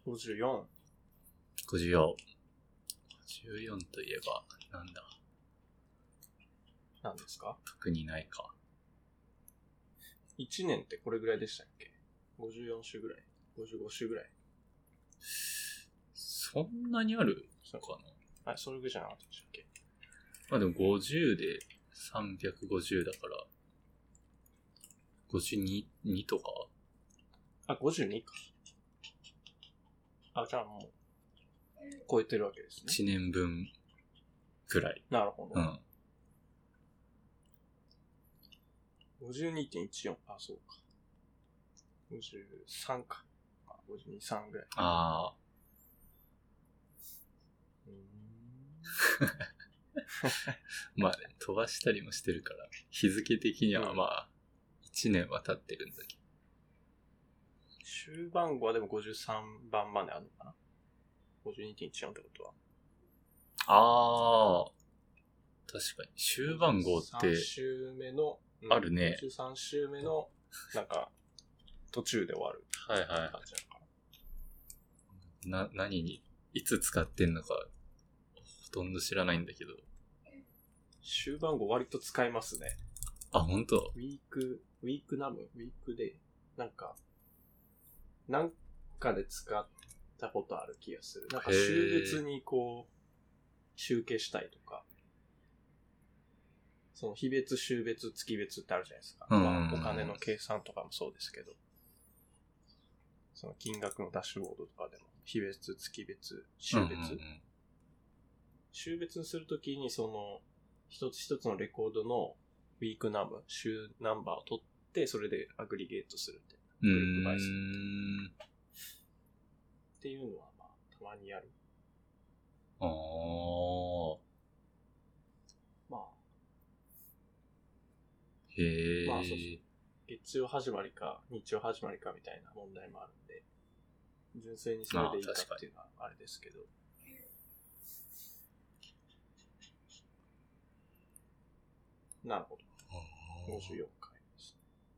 54。 54。54といえば、なんだ。 何ですか？ 特にないか。 1年ってこれぐらいでしたっけ？ 54 週ぐらい ?55 週ぐらい？ そんなにあるのかな？ それぐらいじゃなかったでしたっけ？ まあでも50で350だから、52とか？ 52か。じゃあもう、超えてるわけですね。 1年分くらい。 なるほど。 うん。 52.14。そうか。53か。52、3ぐらい。 ああ。まあね、飛ばしたりもしてるから、日付的にはまあ、1年は経ってるんだけど。 週番号はでも53番まであるのかな？ 52.14 ってことは。 ああ。確かに。週番号って。 3週目の、 あるね。 53週目の、なんか、途中で終わる。 はいはいはい。何に、いつ使ってんのか、ほとんど知らないんだけど。 週番号割と使いますね。 あ、ほんと？ ウィークナム？ウィークで、なんかで使ったことある気がする。なんか週別にこう、集計したりとか、その日別、週別、月別ってあるじゃないですか。まあ、お金の計算とかもそうですけど、その金額のダッシュボードとかでも、日別、月別、週別。週別にするときに、その、一つ一つのレコードのウィークナム、週ナンバーを取って、それでアグリゲートするって。グループバイするっていうのは、まあ、たまにやる。まあ。 へえ。 まあ、そうそう。月曜始まりか、日曜始まりかみたいな問題もあるんで、純粋にそれでいいかっていうのはあれですけど。なるほど。54回です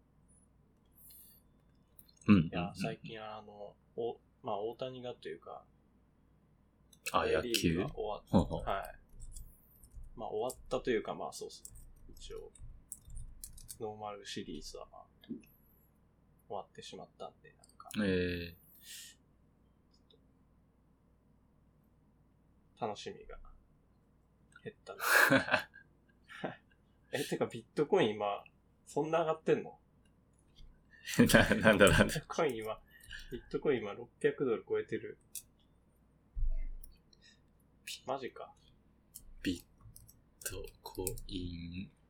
ね。いや、最近まあ、大谷がというか、 野球が終わった。はい。まあ、終わったというか、まあ、そうですね。一応、ノーマルシリーズは、まあ、終わってしまったんで、なんか。楽しみが減ったな。てか、ビットコイン今、そんな上がってんの？ なんだ。 ビットコイン今$600超えてる。マジか。 ビットコイン。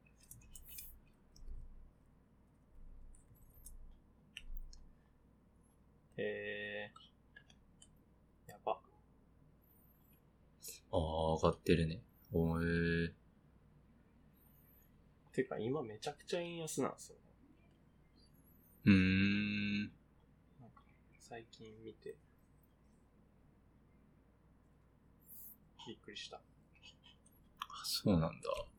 やば。 上がってるね。 てか、今めちゃくちゃ円安なんですよね。なんか最近見て、びっくりした。 そうなんだ。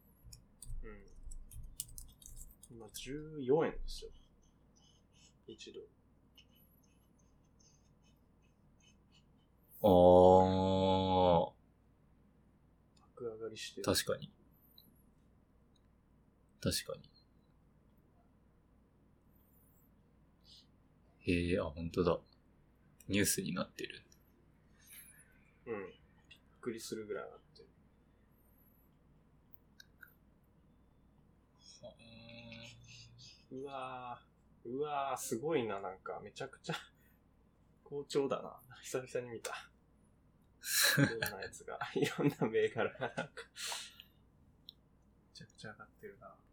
今14円ですよ。1ドル。爆上がりしてる。 確かに。本当だ。ニュースになってる。 びっくりするぐらい上がってる。うわー、すごいな、なんか、めちゃくちゃ、好調だな。久々に見た。いろんなやつが、いろんな銘柄が、なんか、めちゃくちゃ上がってるな。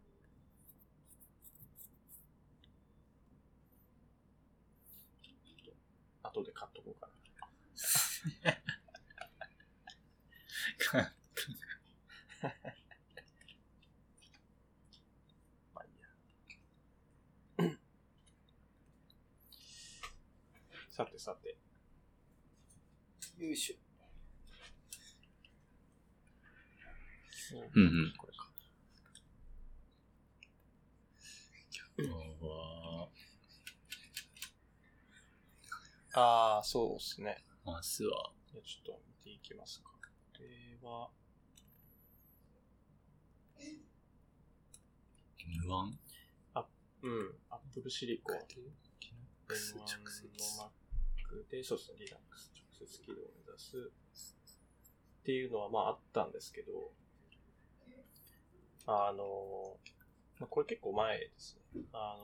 後で買っとこうかな。まあいいや。さて。よいしょ。これか。今日は、 ああ、そうですね。 まずは。 ちょっと見ていきますか。これは、 M1? アップルシリコン。 Linux 直接。 M1 の Mac で、そうですね、Linux 直接起動を目指すっていうのはまああったんですけど、これ結構前ですね。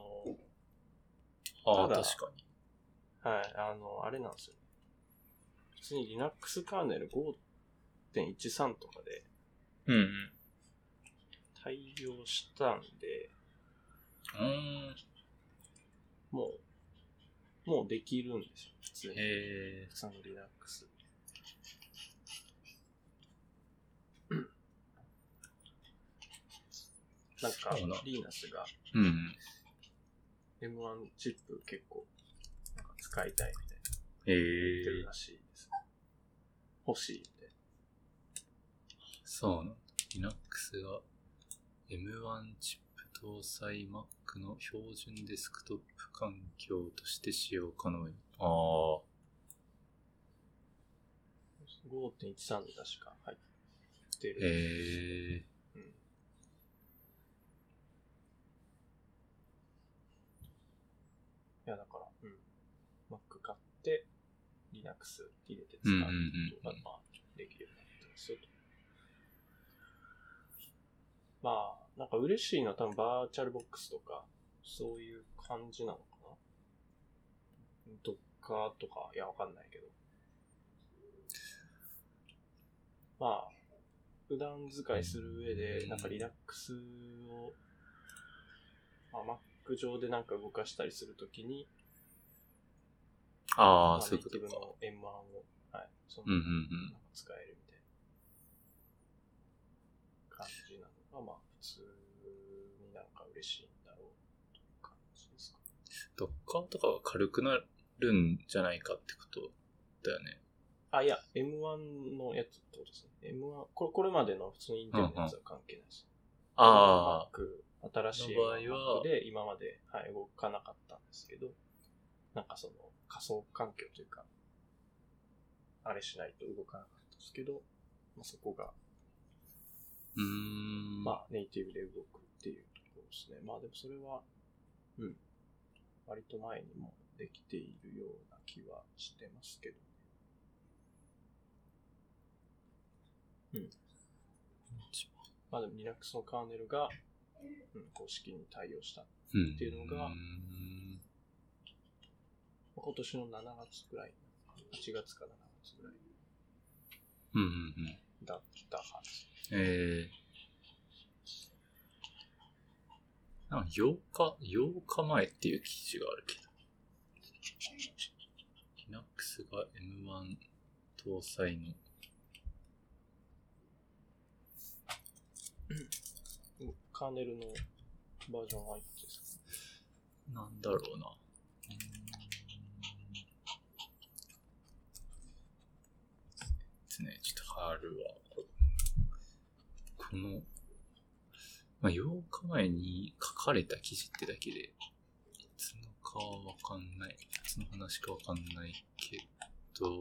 ああ、 ただ確かに。 はい、あれなんですよ。普通に Linux カーネル 5.13 とかでうんうん。 対応したんで、もうできるんですよ、普通に。普通の Linux。なんか、リーナスが、M1 チップ結構、なんか使いたいみたいな。言ってるらしいです。欲しいみたいな。 そうなんだ。Linux が M1 チップ搭載 Mac の標準デスクトップ環境として使用可能に。ああ。 5.13 で確か入ってる。いや、だから、Mac 買って、Linux 入れて使うことが、まあ、できるようになってますよと。まあ、なんか嬉しいのは多分バーチャルボックスとか、そういう感じなのかな。ドッカーとか、いや、わかんないけど。まあ、普段使いする上で、なんか Linux を、まあ、Mac 上でなんか動かしたりするときに、 ああ、そういうことか。 ネイティブの M1 を、はい、その、なんか使えるみたいな感じなのが、まあ、普通になんか嬉しいんだろうという感じですか。 ドッカーとかが軽くなるんじゃないかってことだよね。 あ、いや、M1 のやつってことですね。M1、これまでの普通のインテルのやつは関係ないです。 ああ、新しい Mac で今まで、はい、動かなかったんですけど、なんかその仮想環境というか、あれしないと動かなかったですけど、まあ、そこが、まあネイティブで動くっていうところですね。まあでもそれは、割と前にもできているような気はしてますけど。まあでも Linux のカーネルが、公式に対応したっていうのが、今年の7月くらい、8月か7月くらいだったはず。 8日前っていう記事があるけど。Linux が M1 搭載の。 カーネルのバージョンはいつですか？なんだろうな。ね、ちょっと貼るわ。この、まあ、8日前に書かれた記事ってだけで、いつのかはわかんない。いつの話かわかんないけど、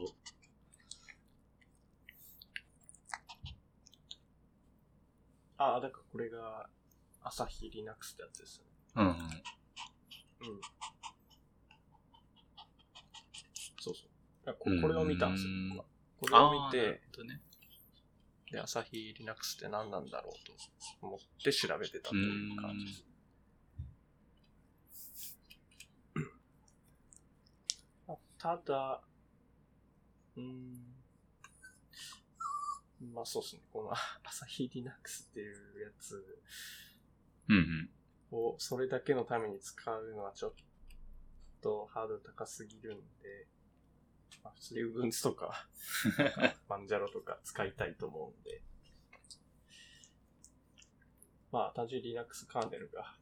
だからこれが、朝日 Linux ってやつですね。 そうそう。これを見たんですよ、僕は。これを見て、で、朝日 Linux って何なんだろうと思って調べてたという感じです。ただ、まあそうですね。この朝日 Linux っていうやつをそれだけのために使うのはちょっとハードル高すぎるんで、まあ、普通に Ubuntu とかマンジャロとか使いたいと思うんで、まあ単純に Linux カーネルが。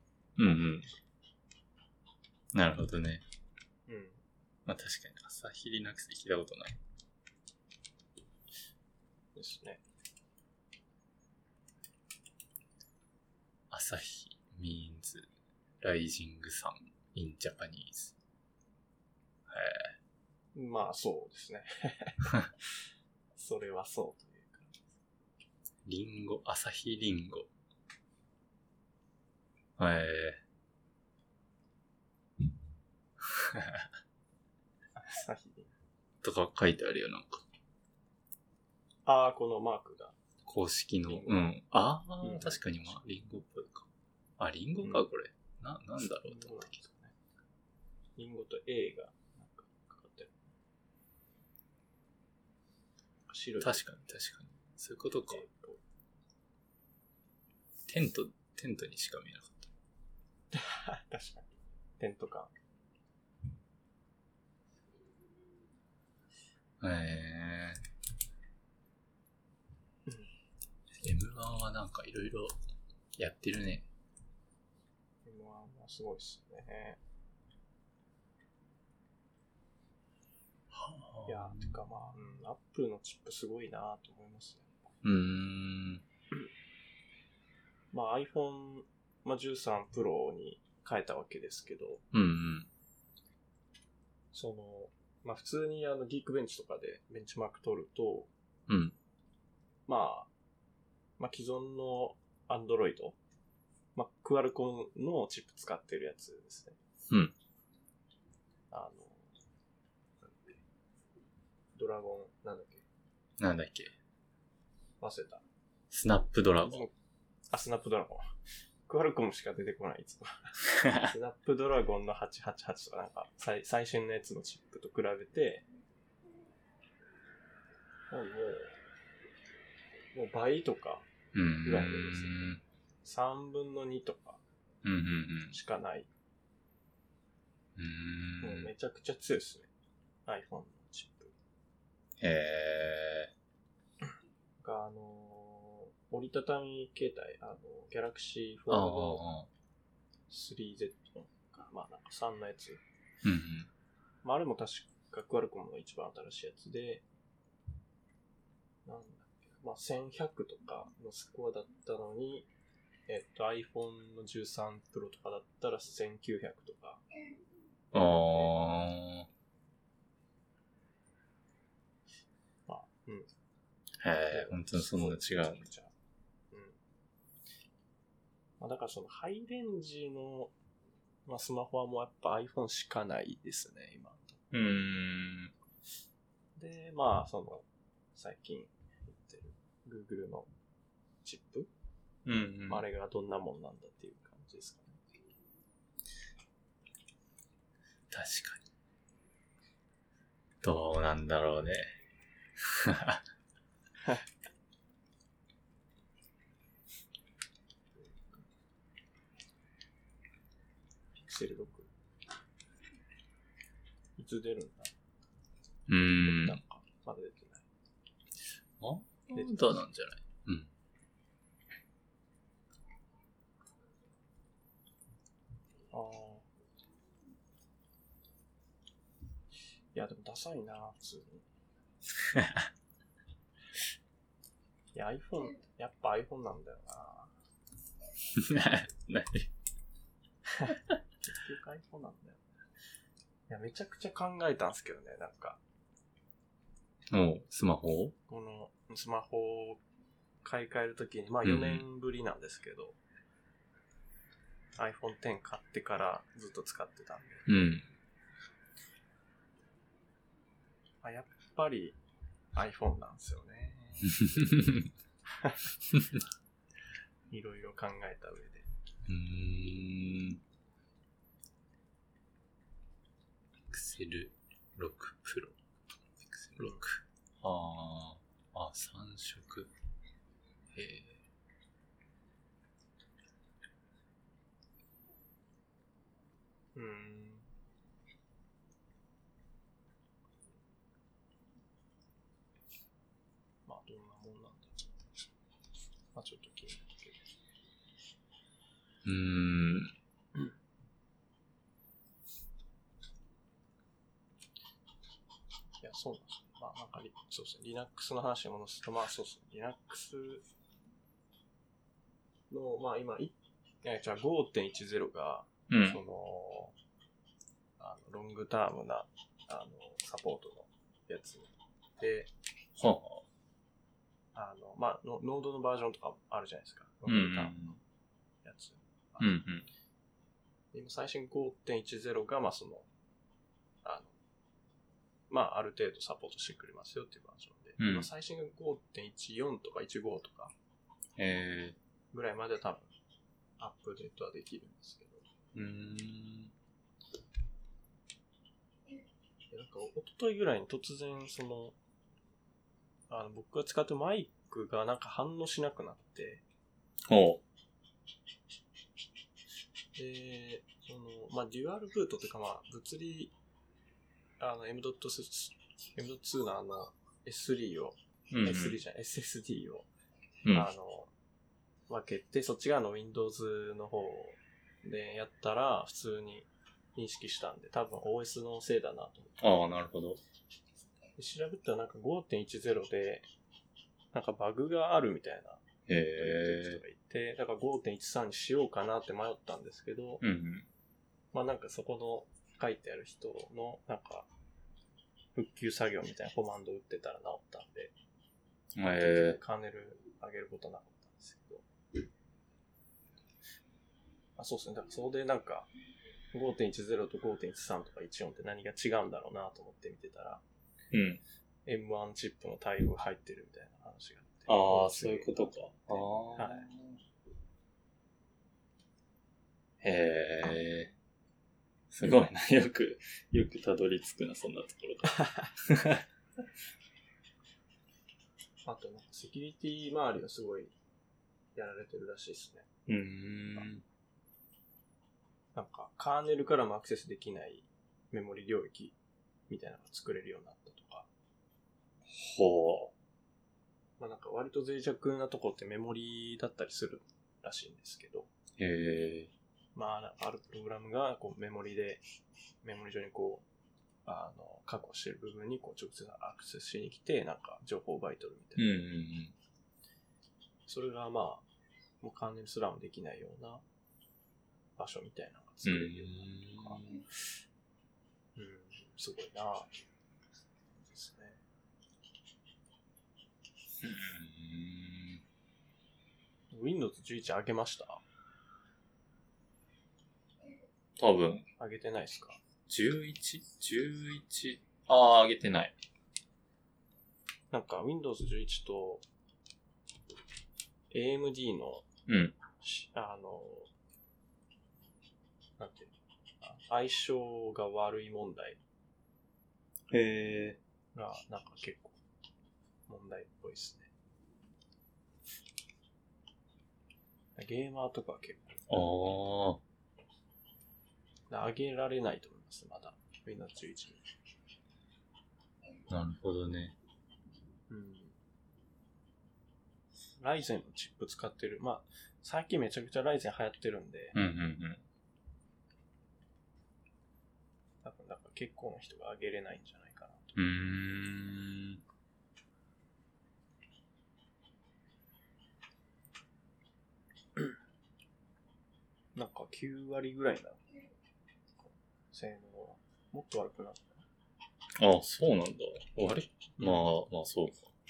なるほどね。まあ確かに朝日 Linux で聞いたことない。 ですね。 朝日 means rising sun in Japanese。 まあそうですね。それはそうというか。 リンゴ、朝日リンゴ。 朝日リンとか書いてあるよ、なんか。 ゴ。ああ、このマークが。 公式の。 リンゴうん。ああ、 うん確かにまあ、リンゴっぽいか。あ、リンゴか、これ。なんだろうと思ったけど。 リンゴと A がなんかかかってる。白い。 確かに。そういうことか。テントにしか見えなかっ確かに。テント感。 M1 はなんかいろいろやってるね。 M1 はすごいっすね。いや、てかまあ、アップルのチップすごいなと思いますね。まあ iPhone、13 Pro に変えたわけですけど、その、普通にギークベンチとかでベンチマーク取ると、既存の Android、クアルコンのチップ使ってるやつですね。ドラゴン、 なんだっけ忘れた。 スナップドラゴン。 スナップドラゴン。クアルコムしか出てこない、いつも。スナップドラゴンの888とかなんか、最新のやつのチップと比べて、もう倍とか、ぐらいでですね。3分の2とか、しかない。もうめちゃくちゃ強いですね。iPhone のチップ。が、折りたたみ携帯、Galaxy Fold の 3Z か、なんか3のやつ。あれも確かクアルコムの一番新しいやつで、なんだっけ、1100とかのスコアだったのに、iPhone の13 Pro とかだったら1900とか。 本当にそんな違うんだ。 だからそのハイレンジの、スマホはもうやっぱ iPhone しかないですね、今。で、その、最近言ってる Google のチップ、あれがどんなもんなんだっていう感じですかね。 確かに。どうなんだろうね。 ピクセル6。いつ出るんだ？なんか、まだ出てない。 どうなんじゃない？ いや、でもダサいな、普通に。いや、iPhone、やっぱ iPhone なんだよな。 何？ 結局 iPhone なんだよ。いや、めちゃくちゃ考えたんですけどね、なんか。 スマホ？ このスマホを買い替えるときに、4年ぶりなんですけど、iPhone X 買ってからずっと使ってたんで。やっぱり iPhone なんですよね。いろいろ考えた上で。 Pixel 6 Pro。Pixel 6。3色。 どんなもんなんだろう。ちょっと気になるけど。いや、そうなんですね。なんかそうですね。Linux の話に戻すと、そうですね。Linux の、今、5.10 が、その、ロングタームな、 サポートのやつで、 はまあ、ノードのバージョンとかあるじゃないですか。 あ。うんうん。 やつ。 うんうん。 今最新 5.10 が、まあまあ、ある程度サポートしてくれますよっていうバージョンで、今最新が 5.14 とか15とかぐらいまで多分アップデートはできるんですけど。なんか一昨日ぐらいに突然僕が使ってるマイクがなんか反応しなくなって、 ほう。 で、まあ、デュアルブートというか、まあ、物理、M.2 のS3 を、S3 じゃない、SSD を、分けて、そっち側の Windows の方でやったら、普通に認識したんで、多分 OS のせいだなと思って。 ああ、なるほど。 で調べたらなんか 5.10 で、なんかバグがあるみたいなこと言ってる人がいて、だから 5.13 にしようかなって迷ったんですけど、まあなんかそこの書いてある人のなんか復旧作業みたいなコマンド打ってたら治ったんで、結局カーネル上げることなかったんですけど、そうですね。だからそれでなんか 5.10 と 5.13 とか14って何が違うんだろうなと思って見てたら、M1 チップの対応が入ってるみたいな話があって。 ああ、そういうことか。 はい。 へえ。すごいな。よくたどり着くな、そんなところか。 あと、なんかセキュリティ周りがすごいやられてるらしいですね。なんか、カーネルからもアクセスできないメモリ領域みたいなのが作れるようになったとか。 ほう。 まあなんか割と脆弱なとこってメモリだったりするらしいんですけど。まあ、あるプログラムがこうメモリ上にこう、確保してる部分にこう直接アクセスしに来て、なんか情報を奪い取るみたいな。それがまあ、もうカーネルすらもできないような場所みたいなのが作れるようになるとか。すごいなぁ。ですね。Windows 11上げました？ 多分。 上げてないですか？ 11？ ああ、上げてない。 なんか Windows 11と AMD の、なんていうの、相性が悪い問題がなんか結構問題っぽいですね。ゲーマーとかは結構上げられないと思います、まだ Windows 11に。 なるほどね。 ライゼンのチップ使ってる。まあ、最近めちゃくちゃライゼン流行ってるんで、多分だから結構の人が上げれないんじゃないかなと。なんか9割ぐらいな性能はもっと悪くなった。 ああ、そうなんだ。あれ？まあそうか。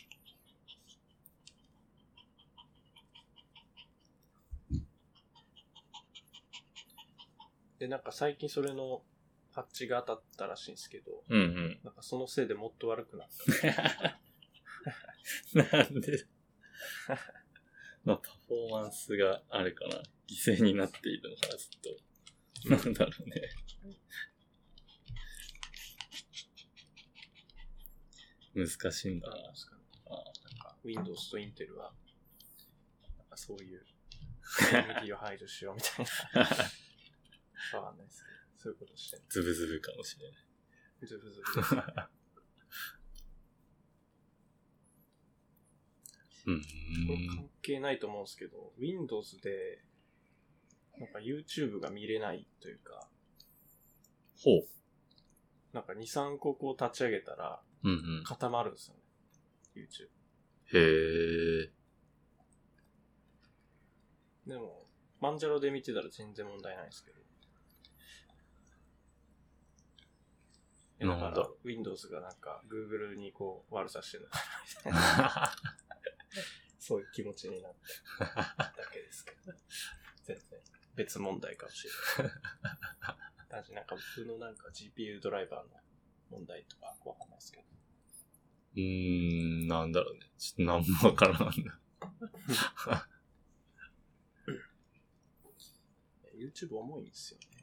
で、なんか最近それのパッチが当たったらしいんですけど、なんかそのせいでもっと悪くなった。 なんでまあ、パフォーマンスがあるかな。犠牲になっているのかな、ずっと。なんだろうね。難しいんだな。 なんか Windows と Intel は、なんかそういう AMD を排除しようみたいな。わかんないですけど、そういうことしてる。 ズブズブかもしれない。 ズブズブです、ね。これ関係ないと思うんですけど、Windows で、なんか YouTube が見れないというか、なんか2、3個こう立ち上げたら、固まるんですよね。YouTube。でも、マンジャロで見てたら全然問題ないんですけど。 だから Windows がなんか Google にこう悪さしてるのかなみたいなそういう気持ちになっただけですけど全然別問題かもしれない私なんか僕のなんか GPU ドライバーの問題とかわかんないですけどなんだろうね。ちょっと何もわからんな。 YouTube 重いんですよね。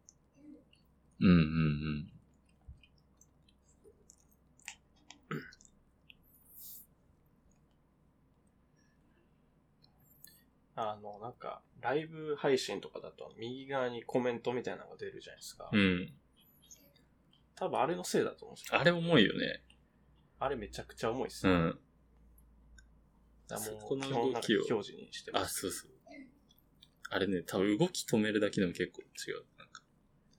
なんか、ライブ配信とかだと、右側にコメントみたいなのが出るじゃないですか。多分あれのせいだと思うんですよ。 あれ重いよね。 あれめちゃくちゃ重いっすね。だからもう基本なんか表示にしてます。 そうそう。あれね、多分動き止めるだけでも結構違う。なんか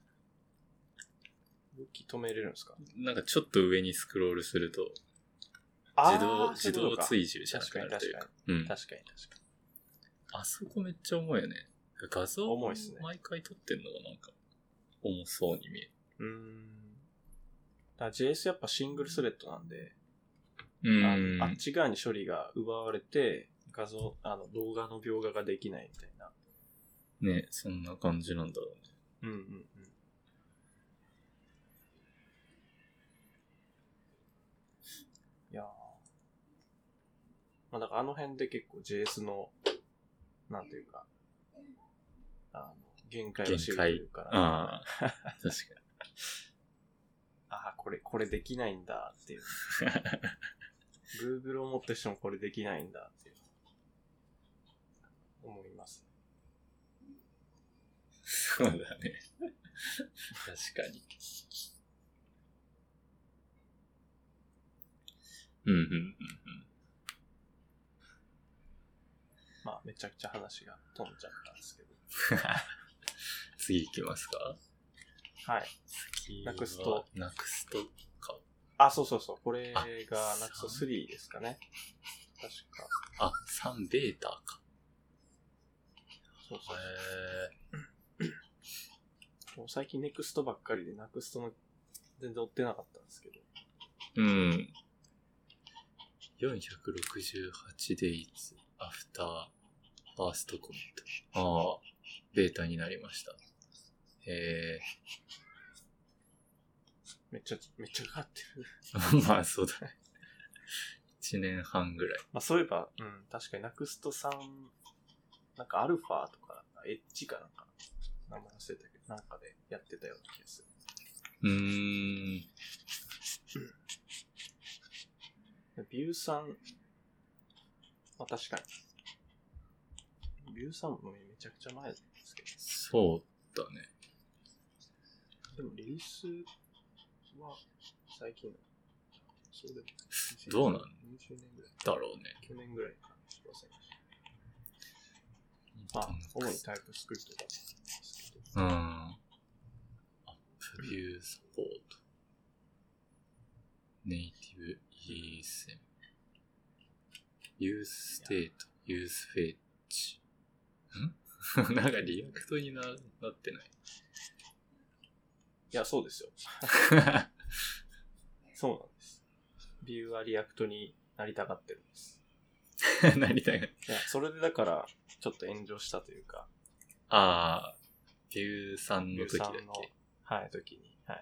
動き止めれるんですか？ なんかちょっと上にスクロールすると、自動追従じゃなくなるというか。確かに。あそこめっちゃ重いよね。画像を毎回撮ってんのがなんか重そうに見える。 だから JS やっぱシングルスレッドなんで、あっち側に処理が奪われて、動画の描画ができないみたいな。 ね、そんな感じなんだろうね。 いやー。まあだからあの辺で結構 JS の、なんていうか、限界を知るというか、 確かに。 これできないんだっていう。Google をもってしてもこれできないんだっていう。思います。 そうだね。確かに。 まあ、めちゃくちゃ話が飛んじゃったんですけど。 次行きますか？ はい。ナクストか。 そう。これがナクスト3ですかね。確か。 3ベータか。 そう。最近ネクストばっかりで、ナクストの全然追ってなかったんですけど。 468 days after first commit。ベータになりました。 めっちゃかかってる。まあそうだね。1年半ぐらい。 まあそういえば、確かにナクスト3、なんかアルファとか、エッジかなんか、名前忘れたけど、なんかでやってたような気がする。ビュー3、まあ確かに。ビュー3もめちゃくちゃ前ですけど。 そうだね。 でもリリースは最近の。そうでもどうなの 20年ぐらいだろうね。 去年ぐらいかな。しませんでした。主にタイプスクリプトだったんですけど。 アップビューサポート。ネイティブ ESM。ユースステート、ユースフェッチ。なんかリアクトになってない。 いや、そうですよ。そうなんです。ビューはリアクトになりたがってるんです。 なりたがってる。 いや、それでだから、ちょっと炎上したというか。 ビューさんの時だっけ？ はい、時に。はい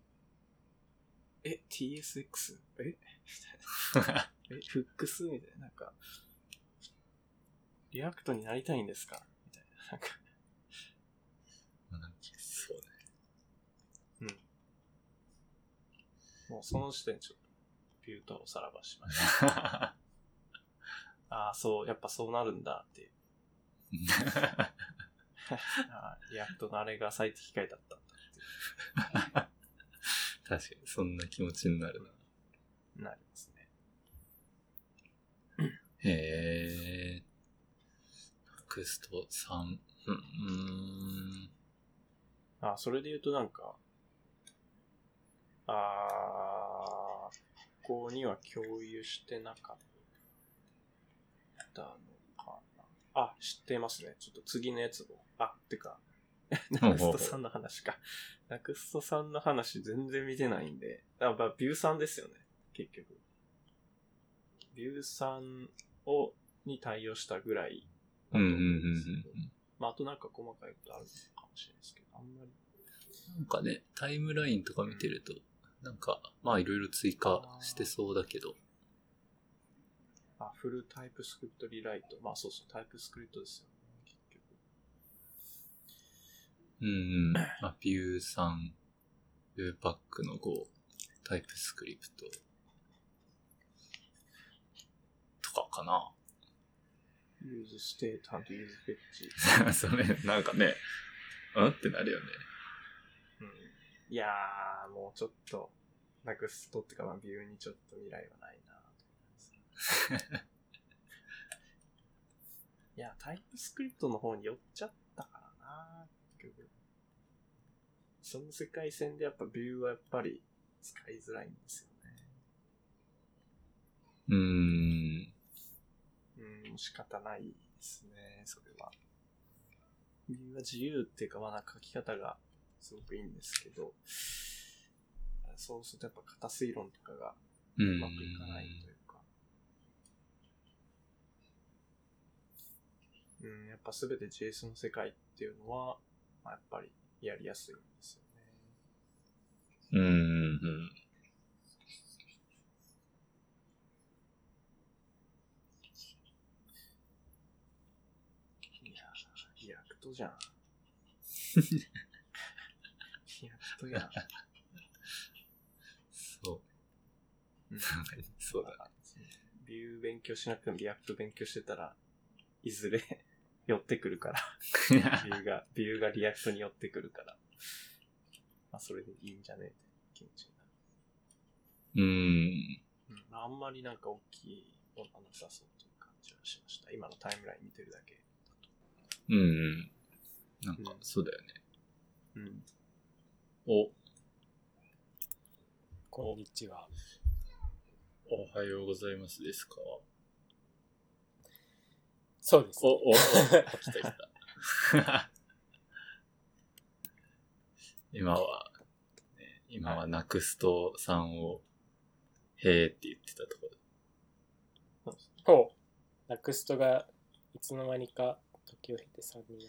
。TSX？ みたいな。フックスみたいな。なんか、リアクトになりたいんですかみたいな。なんか。 そうね。 もうその時点でちょっと、ビューとおさらばしました。そう、やっぱそうなるんだっていう。リアクトのあれが最適解だったんだっていう。 確かに、そんな気持ちになるな。なりますね。 ナクスト3。 それで言うとなんか、ここには共有してなかったのかな。知ってますね。ちょっと次のやつを。てか、 ナクストさんの話か。ナクストさんの話全然見てないんで。ビューさんですよね。結局。ビューさんに対応したぐらいだと思うんですけど。まあ、あとなんか細かいことあるのかもしれないですけど、あんまり。 なんかね、タイムラインとか見てると、なんか、まあいろいろ追加してそうだけど。 フルタイプスクリプトリライト。まあそうそう、タイプスクリプトですよね、結局。 まあ、ビュー3、ウェブパックの5、タイプスクリプトとかかな。 use state and use fetch。 それ、なんかね、ってなるよね。 いやー、もうちょっと、ナクストってか、まあ、ビューにちょっと未来はないなと。いや、タイプスクリプトの方に寄っちゃったからな、結局。その世界線でやっぱビューはやっぱり使いづらいんですよね。仕方ないですね、それは。ビューは自由っていうか、まあなんか書き方がすごくいいんですけど、そうするとやっぱ型推論とかがうまくいかないというか、やっぱ全て JS の世界っていうのは、まあ、やっぱりやりやすいんですよね。いや、リアクトじゃん。リアクトやん。 そう。そうだね。 ビュー勉強しなくてもリアクト勉強してたら、いずれ寄ってくるから。ビューがリアクトに寄ってくるから。まあ、それでいいんじゃねえって気持ちになる。あんまりなんか大きいものはなさそうという感じはしました。今のタイムライン見てるだけだと。 なんか、そうだよね。 こんにちは。 おはようございますですか？ そうです。 来た来た。今はナクストさんを、へーって言ってたところ。ナクストがいつの間にか時を経て3になった。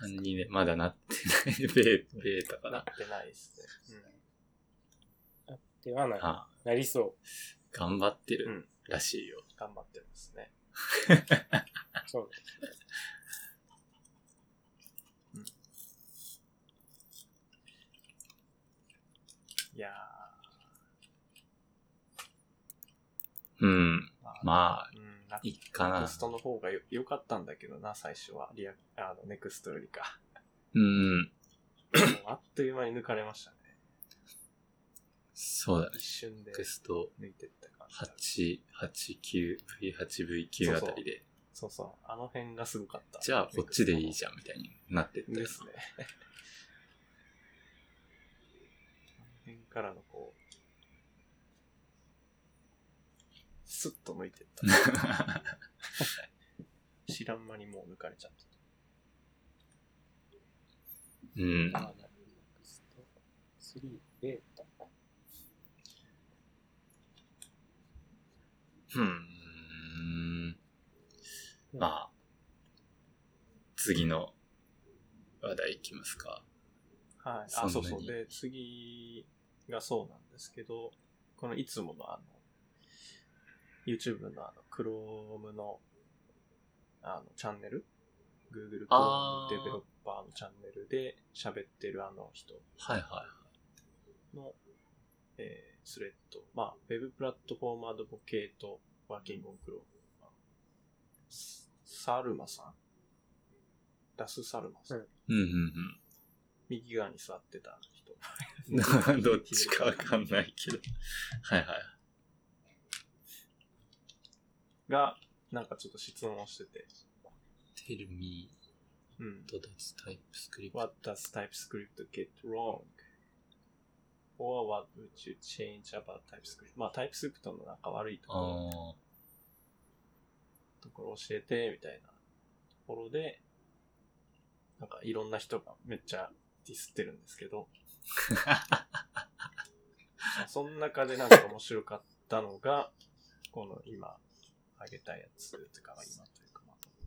3にね、まだなってない。ベータかな。 なってないですね。 なってはない。なりそう。 頑張ってるらしいよ。 頑張ってますね。 そうです。 いやまあ、いいかな。 ネクストの方が良かったんだけどな、最初は。ネクストよりか。あっという間に抜かれましたね。 そうだね。 一瞬でネクスト抜いてった感じ。V8、V9 あたりで。 そう。あの辺がすごかった。 じゃあ、こっちでいいじゃん、みたいになってったよ。 ですね。あの辺からのこう、スッと抜いてった。知らん間にもう抜かれちゃった。 ネクスト3ベータ。 まあ、次の話題いきますか。 はい。そう。で、次がそうなんですけど、このいつものYouTube のChrome のチャンネル Google Chrome デベロッパーのチャンネルで喋ってる人の、スレッド。まあ、Web プラットフォームアドボケートワーキングオンクローム。サルマさんラス・サルマさん。右側に座ってた人。 どっちかわかんないけど。はい。 が、なんかちょっと質問をしてて。 Tell me, what does TypeScript get wrong? Or what would you change about TypeScript? まあ、TypeScript のなんか悪いところ教えて、みたいなところで、 なんかいろんな人がめっちゃディスってるんですけど、その中でなんか面白かったのが、この今あげたやつとかは今というか、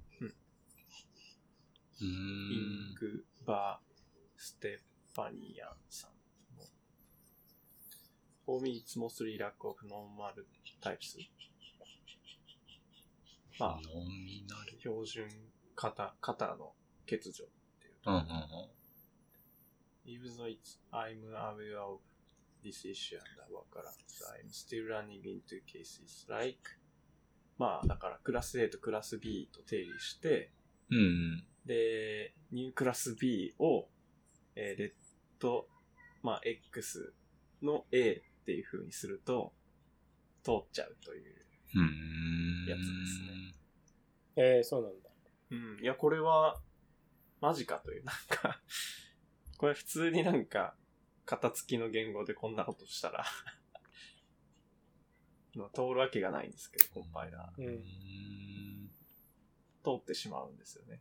イングバー・ステファニアンさんの For me it's mostly lack of normal types まあ、標準肩の欠如っていう。Even though I'm aware of this issue and workarounds, I'm still running into cases like まあだからクラス A とクラス B と定義して、で、ニュークラス B を、レッド、まあ X の A っていう風にすると通っちゃうというやつですね。 そうなんだ。 いや、これはマジかという、なんかこれ普通になんか型付きの言語でこんなことしたら通るわけがないんですけど、コンパイラー。通ってしまうんですよね。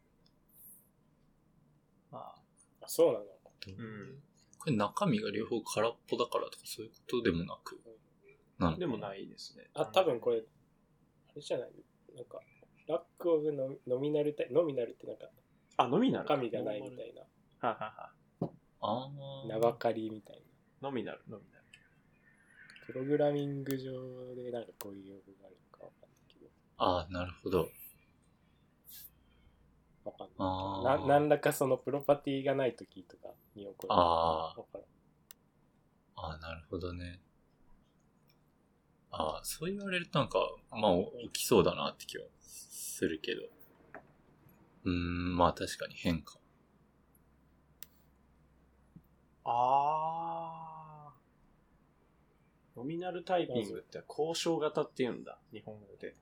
まあ。 そうなの？ これ中身が両方空っぽだからとかそういうことでもなく。 でもないですね。 多分これ、あれじゃない？なんか、ラックオブノミナルってなんか、 ノミナル中身がないみたいな。名ばかりみたいな。ノミナル。 プログラミング上でなんかこういう用語があるのかわかんないけど。 なるほど。 わかんない。何らかそのプロパティがないときとかに起こる。わかる。 なるほどね。そう言われるとなんか、まあ起きそうだなって気はするけど。まあ確かに変化。 ノミナルタイピングって交渉型って言うんだ、日本語で。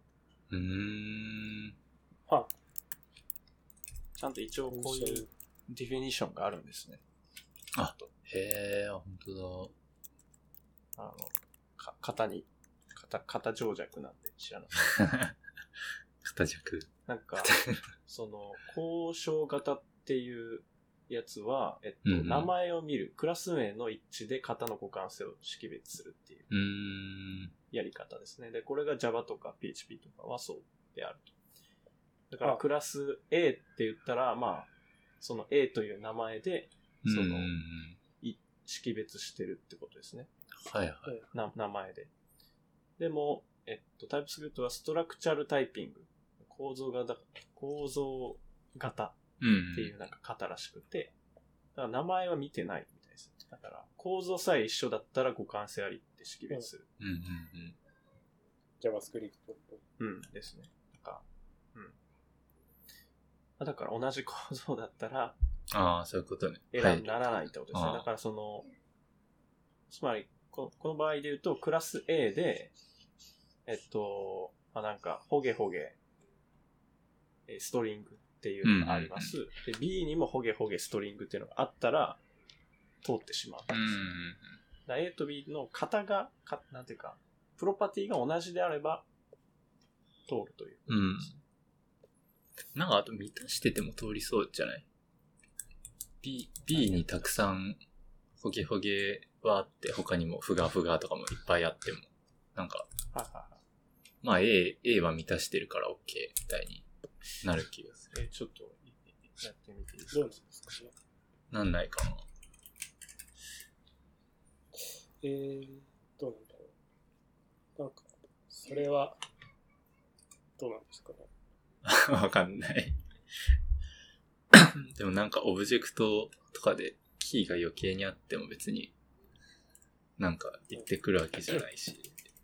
ちゃんと一応こういうディフィニッションがあるんですね。 へぇ、本当だ。型情弱なんで知らない。 型弱。 なんか、その、交渉型っていうやつは、名前を見る、クラス名の一致で型の互換性を識別するっていうやり方ですね。で、これが Java とか PHP とかはそうであると。だからクラス A って言ったら、まあ、その A という名前で、その、識別してるってことですね。名前で。でも、TypeScript はストラクチャルタイピング。構造型っていうなんか型らしくて、だから名前は見てないみたいです。だから構造さえ一緒だったら互換性ありって識別する。 JavaScript。 ですね。だから同じ構造だったら、 そういうことね。 エラーにならないってことですね。だからその、つまりこの場合で言うと、クラス A で、なんか、ホゲホゲ、ストリングっていうのがあります。で、B にもホゲホゲストリングっていうのがあったら、通ってしまうんです。だ A と B の型が、なんていうか、プロパティが同じであれば、通るということです。 なんかあと満たしてても通りそうじゃない？ B にたくさんホゲホゲはあって他にもフガフガとかもいっぱいあってもなんかまあ A は満たしてるから OK みたいになる気がする。 ちょっとやってみていいですか？ どうですか？ なんないかな。 どうなんだろう。なんかそれはどうなんですかね。 わかんない。でもなんかオブジェクトとかでキーが余計にあっても別になんか言ってくるわけじゃないし、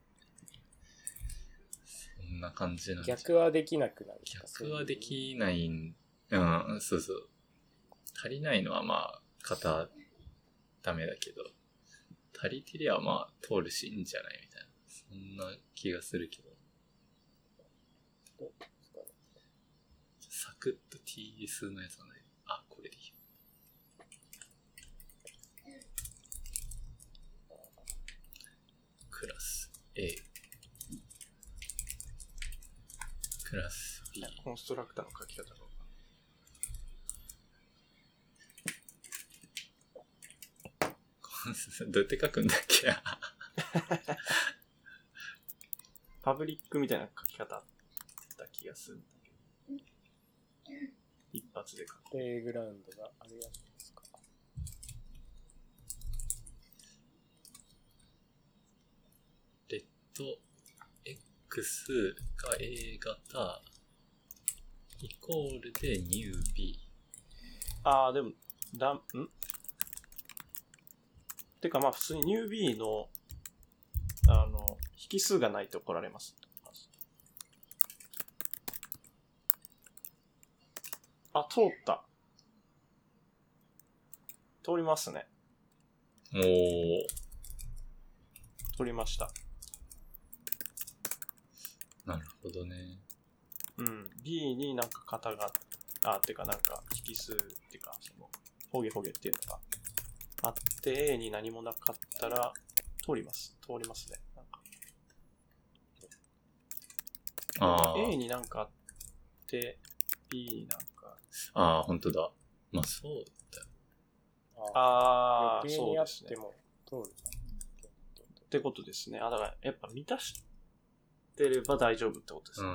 そんな感じなんで。 逆はできなくなる。 逆はできない。そうそう。足りないのはまあダメだけど、足りてりゃまあ通るしいいんじゃないみたいな、そんな気がするけど。サクッと TS のやつはない。これでいい。クラス A。クラス B。 コンストラクターの書き方が。 どうやって書くんだっけパブリックみたいな書き方だった気がするんだけど。一発で書く。 プレイグラウンドがあれやつですか。 レッド X が A 型イコールでニュー B。 ああ、でも、てかまあ普通にニュー B の、引数がないと怒られます。あ、通った。通りますね。 おー。 通りました。 なるほどね。 うん。B になんか型が、てかなんか引数っていうか、その、ホゲホゲっていうのがあって、A に何もなかったら、通ります。通りますね。なんかA になんかあって、B になんか。 ああ、ほんとだ。まあそうだよ。 そうですね。 通るってことですね。だからやっぱ満たしてれば大丈夫ってことですね。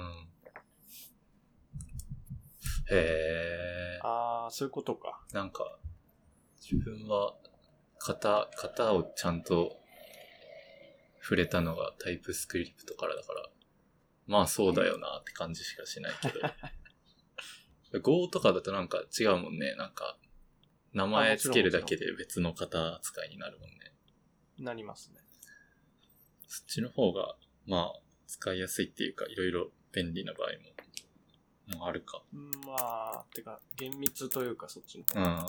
へえ。 そういうことか。 なんか、自分は型をちゃんと触れたのがタイプスクリプトからだから、まあそうだよなって感じしかしないけど。Go とかだとなんか違うもんね。なんか、名前つけるだけで別の型扱いになるもんね。 なりますね。 そっちの方が、まあ、使いやすいっていうか、いろいろ便利な場合もあるか。 まあ、てか、厳密というかそっちの方が。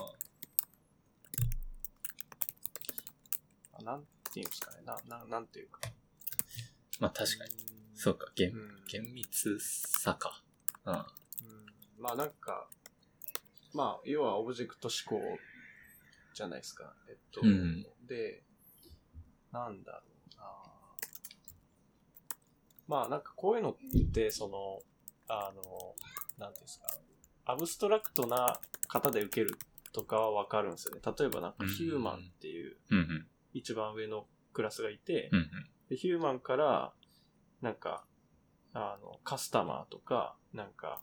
なんていうんですかね。なんていうか。 まあ確かに。そうか、厳密さか。 まあなんか、まあ、要はオブジェクト思考じゃないですか。で、なんだろうな。まあなんかこういうのって、その、なんていうんですか。アブストラクトな型で受けるとかはわかるんですよね。例えばなんかヒューマンっていう一番上のクラスがいて、でヒューマンからなんか、カスタマーとか、なんか、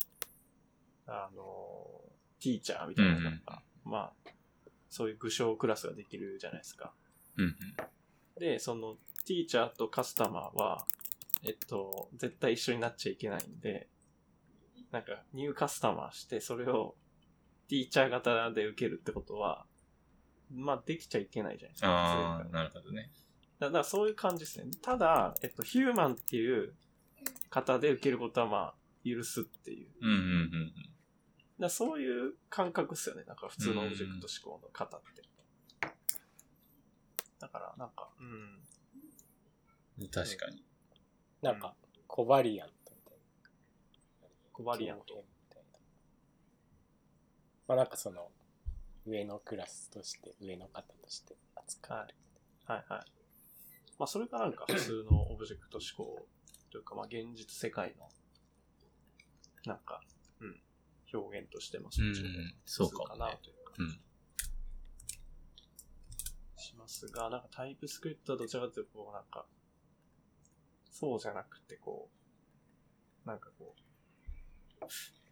ティーチャーみたいな、なんか、まあ、そういう具象クラスができるじゃないですか。で、その、ティーチャーとカスタマーは、絶対一緒になっちゃいけないんで、なんか、ニューカスタマーして、それを、ティーチャー型で受けるってことは、まあ、できちゃいけないじゃないですか。 なるほどね。 だからそういう感じですね。ただ、ヒューマンっていう型で受けることは、まあ、許すっていう。だそういう感覚ですよね。なんか普通のオブジェクト思考の型って。だから、なんか、 確かに。 なんか、コバリアントみたいな。 コバリアント。 まあなんかその、上のクラスとして、上の型として扱われる。 はいはい。まあそれがなんか普通のオブジェクト思考というか、まあ現実世界の、なんか、表現としてもそっちの普通かなというか、しますが、なんかタイプスクリプトはどちらかというと、こうなんか、そうじゃなくてこう、なんかこう、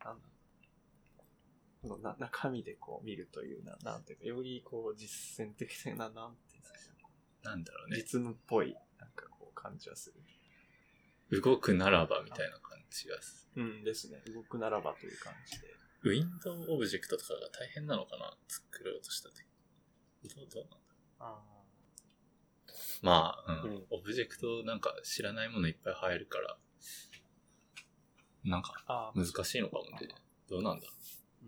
なんだ中身でこう見るというなんていうか、よりこう実践的な、なんていうんですかね。 なんだろうね。 実務っぽい、なんかこう感じはする。動くならばみたいな感じがする。ですね。動くならばという感じで。 ウィンドウオブジェクトとかが大変なのかな、作ろうとしたとき。どうなんだろう。まあ、オブジェクトなんか知らないものいっぱい入るから、なんか難しいのかもね。どうなんだろ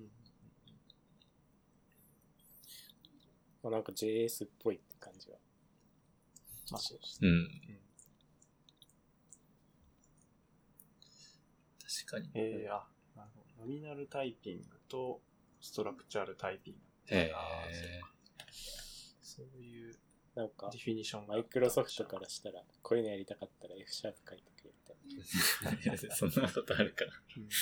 う。なんか JS っぽいって感じは。 確かに。 ノミナルタイピングとストラクチャルタイピング。そういうなんかディフィニションマイクロソフトからしたらこういうのやりたかったら F シャープ書いてくれみたいな。そんなことあるか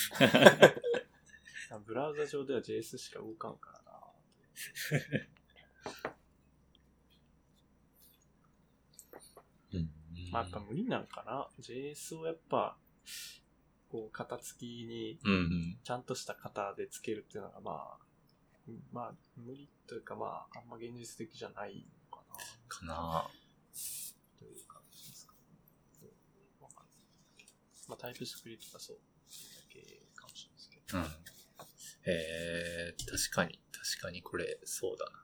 な。ブラウザ上では JS しか動かんからな。 まあ、やっぱ無理なんかな。JS をやっぱ、こう、型付きに、ちゃんとした型で付けるっていうのが、まあ、無理というか、まあ、あんま現実的じゃないのかな。 かなという感じですかね。わかんない。まあ、タイプスクリプトがそうだけかもしれないですけど。 確かにこれ、そうだな。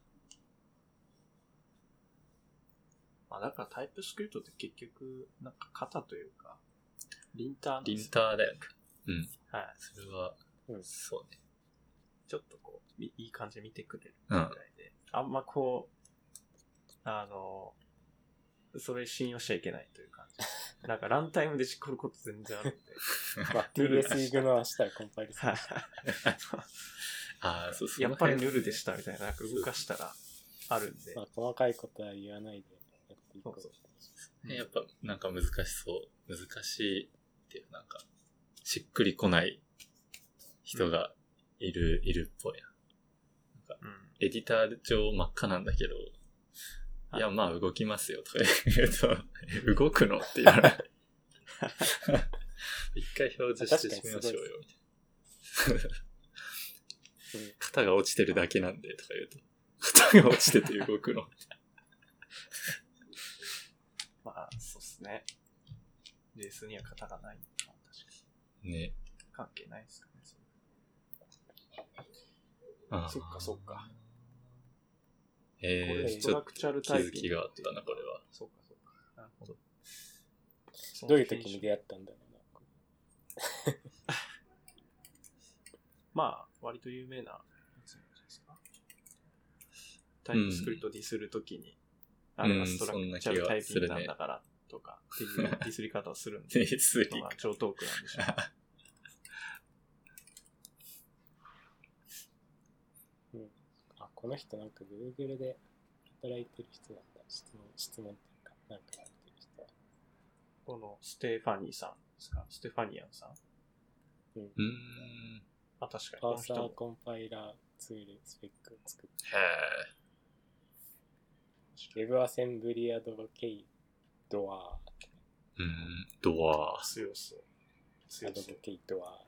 まあ、だからタイプスクリプトって結局、なんか型というか、リンターなんリンですよ。 ターだよね。うん。 はい。 それは、そうね。 ちょっとこう、いい感じで見てくれるみたいで、あんまこう、それ信用しちゃいけないという感じ。なんかランタイムで事故ること全然あるんで。 まあ、TS イグノアしたらコンパイルする。 ああ、そうそう。 やっぱりヌルでしたみたいな、なんか動かしたらあるんで。 まあ、細かいことは言わないでやっていこう。 やっぱなんか難しそう。難しいっていう、なんか、しっくりこない人がいるっぽいな。なんか、エディター上真っ赤なんだけど、いや、まあ動きますよとか言うと、動くのって言われる。一回表示してみましょうよ、みたいな。肩が落ちてるだけなんでとか言うと、肩が落ちてて動くの。 まあ、そうっすね。JS には型がないのかな、確かに。 ね。 関係ないですかね、そああ。 そっかそっか。 これストラクチャルタイピング気づきがあったな、これは。 そうかそうか。なるほど。 どういう時に出会ったんだろうな。 まあ、割と有名なやつなんじゃないですか。タイプスクリプトディスるときに、あれはストラクチャルタイピングなんだからとか、っていうディスり方をするんで、 ディスりまあ、超トークなんでしょう。 あ、この人なんか Google で働いてる人なんだ。質問っていうか、なんかやってる人は。 このステファニーさんですか？ステファニアンさん？あ、確かに。 パーサーコンパイラーツールスペックを作って。 へー。 Web アセンブリアドボケイドア。 ドア。 強そう。 アドボケイドア。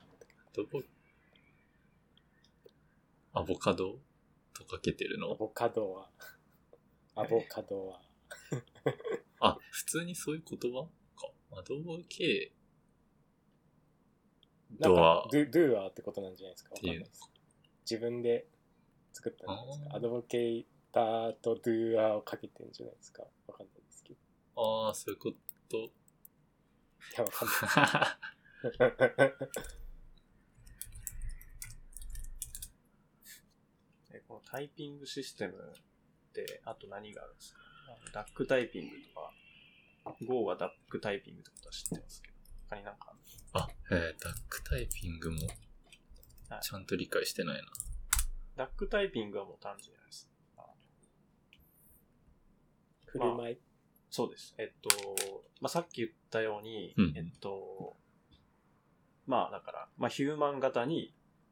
アボカドとかけてるの？ アボカドは。アボカドは。 あ、普通にそういう言葉か。アドボケドア。 ドゥアってことなんじゃないですか。わかんないです。自分で作ったんじゃないですか。アドボケイターとドゥアをかけてるんじゃないですか。わかんないですけど。 ああ、そういうこと。 いや、わかんないです。 このタイピングシステムってあと何があるんですか？ダックタイピングとか Go はダックタイピングってことは知ってますけど、他になんかある？ダックタイピングもちゃんと理解してないな。 ダックタイピングはもう単純です。 振る舞い、 そうです。まあ、さっき言ったように、まあだから、ヒューマン型に、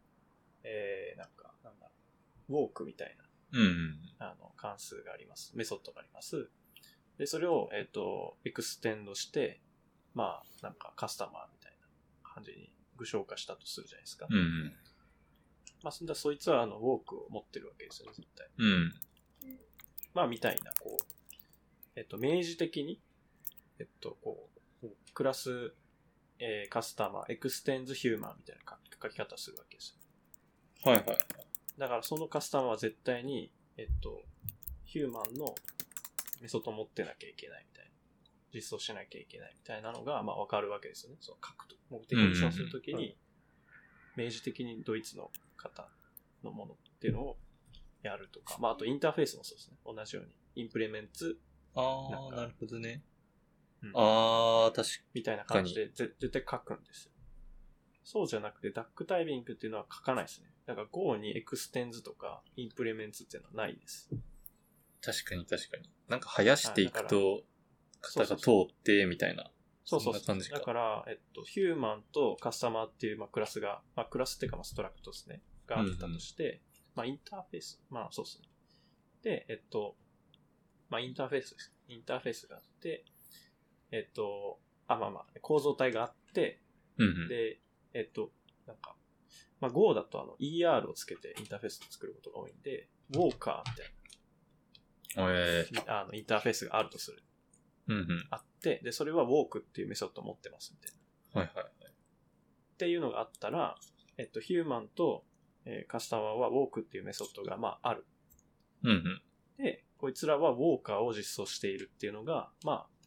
ウォークみたいな、関数があります。メソッドがあります。で、それを、エクステンドして、まあ、なんかカスタマーみたいな感じに具象化したとするじゃないですか。まあ、そいつは、ウォークを持ってるわけですよね、絶対。まあ、みたいな、こう、明示的に、こう、クラス、カスタマー、エクステンズヒューマンみたいな書き方をするわけですよ。 はいはい。 だからそのカスタマーは絶対に、ヒューマンのメソッドを持ってなきゃいけないみたいな。実装しなきゃいけないみたいなのが、まあわかるわけですよね。その書くと。目的に実装するときに、明示的にドイツの方のものっていうのをやるとか。まああとインターフェースもそうですね。同じように。インプレメンツ。 ああ、なるほどね。 ああ、確かに。 みたいな感じで絶対書くんですよ。そうじゃなくて、ダックタイピングっていうのは書かないですね。だから Go にエクステンズとかインプレメンツっていうのはないです。 確かに。なんか生やしていくと、型が通ってみたいな。 そんな感じか。 だから、ヒューマンとカスタマーっていう、まあ、クラスが、まあ、クラスっていうか、まあ、ストラクトですね。があったとして、まあ、インターフェース。まあ、そうですね。で、まあ、インターフェースです。インターフェースがあって、 構造体があって、 うんうん。 で、なんか、Go だとER をつけてインターフェースを作ることが多いんで、ウォーカーみたいな、インターフェースがあるとする。 うんうん。 あって、で、それは walk っていうメソッドを持ってますみたいな。 はいはいはい。 っていうのがあったら、ヒューマンと、カスタマーは walk っていうメソッドが、ある。 うんうん。 で、こいつらは walker を実装しているっていうのが、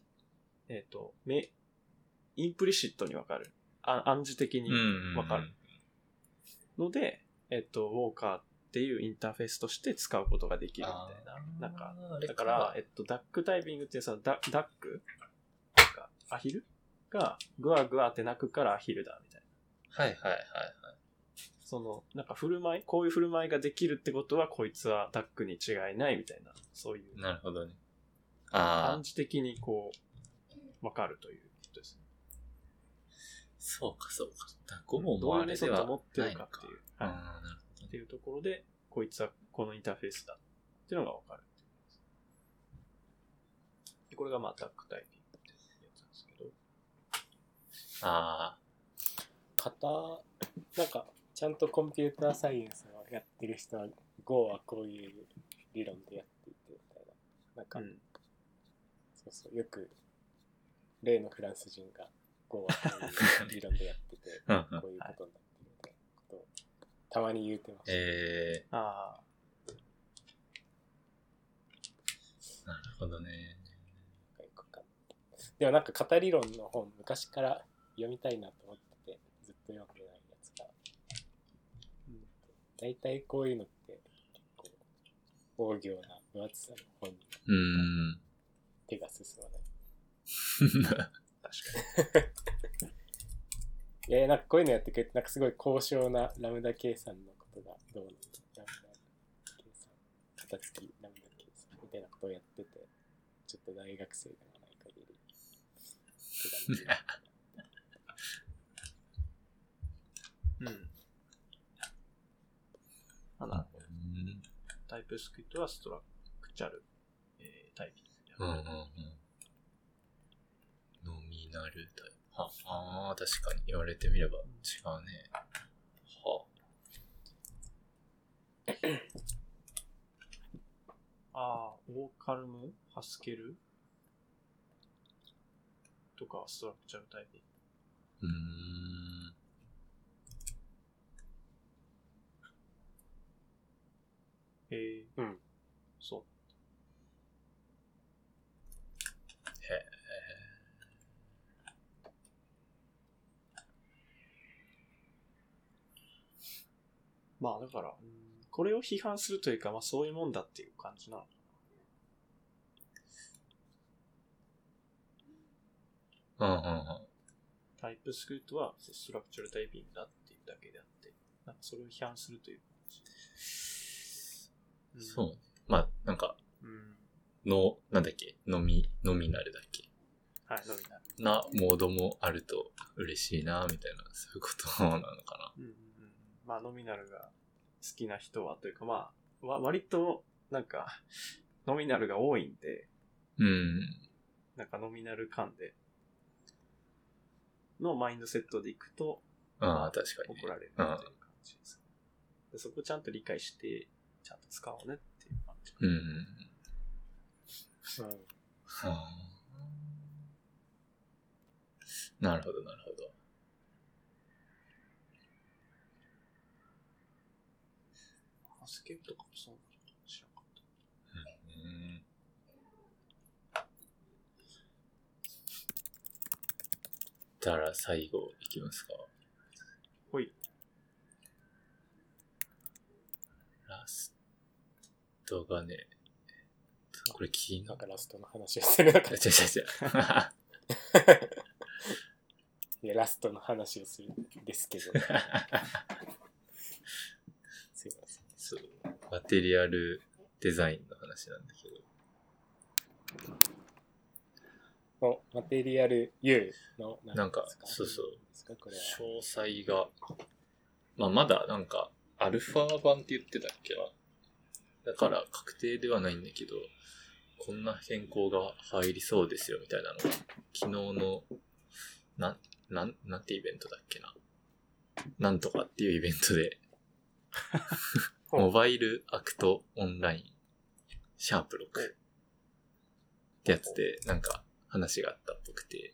インプリシットにわかる。暗示的にわかる。ので、walker っていうインターフェースとして使うことができるみたいな。なんか、だから、ダックタイピングってさ、ダックなんか、アヒルが、グワグワって鳴くからアヒルだ、みたいな。 はいはいはいはい。 なんかこういう振る舞いができるってことは、こいつはダックに違いないみたいな、そういう。 なるほどね。 暗示的にわかるということですね。 そうかそうか。Goもどういうメソッドを持ってるかっていう。 なるほど。 っていうところで、こいつはこのインターフェースだっていうのがわかる。でこれがダックタイピングってやつなんですけど。 なんか、ちゃんとコンピューターサイエンスをやってる人は、Go はこういう理論でやっていて、みたいな。なんか、そうそう、よく、例のフランス人が Go はこういう理論でやってて、こういうことになってるみたいなことを、たまに言うてました。 なるほどね。 でもなんか型理論の本、昔から読みたいなと思ってて、ずっと読んでないやつが。大体こういうのって結構大行な分厚さの本に手が進まない。確かに。なんかこういうのやってくれて、なんかすごい高尚なラムダ計算のことがどうなのラムダ計算、型付きラムダ計算みたいなことをやってて、ちょっと大学生でもない限り。 タイプスクリプトはストラクチャル、タイピング。 ノミナルタイプ。確かに言われてみれば違うね。 オーカルム、ハスケルとかストラクチャルタイピング。そう。だから、これを批判するというか、そういうもんだっていう感じなのかな。タイプスクリプトはストラクチャルタイピングだっていうだけであって、なんかそれを批判するという感じ。 そう。なんか、なんだっけノミナルだっけはい、ノミナル。 なモードもあると嬉しいな、みたいな、そういうことなのかな。ノミナルが好きな人はというか、割と、なんか、ノミナルが多いんで、なんかノミナル間で、のマインドセットでいくと、 確かに、 怒られるっていう感じです。でそこをちゃんと理解して、ちゃんと使おうねっていう感じ。 なるほど、なるほど。 ハスケルとかもそうなのかもしれなかった。 だから最後いきますか。 ほい。 ラストがね、これ気になる。 なんかラストの話をするのか。いや、ラストの話をするんですけど。すいません。 そう。マテリアルデザインの話なんだけど。マテリアル U のなんか、そうそう。 これは詳細が、まだなんか、アルファ版って言ってたっけな。だから確定ではないんだけど、 こんな変更が入りそうですよみたいなのが、昨日の、なんてイベントだっけな。なんとかっていうイベントで、モバイルアクトオンライン、シャープ6ってやつで、なんか話があったっぽくて、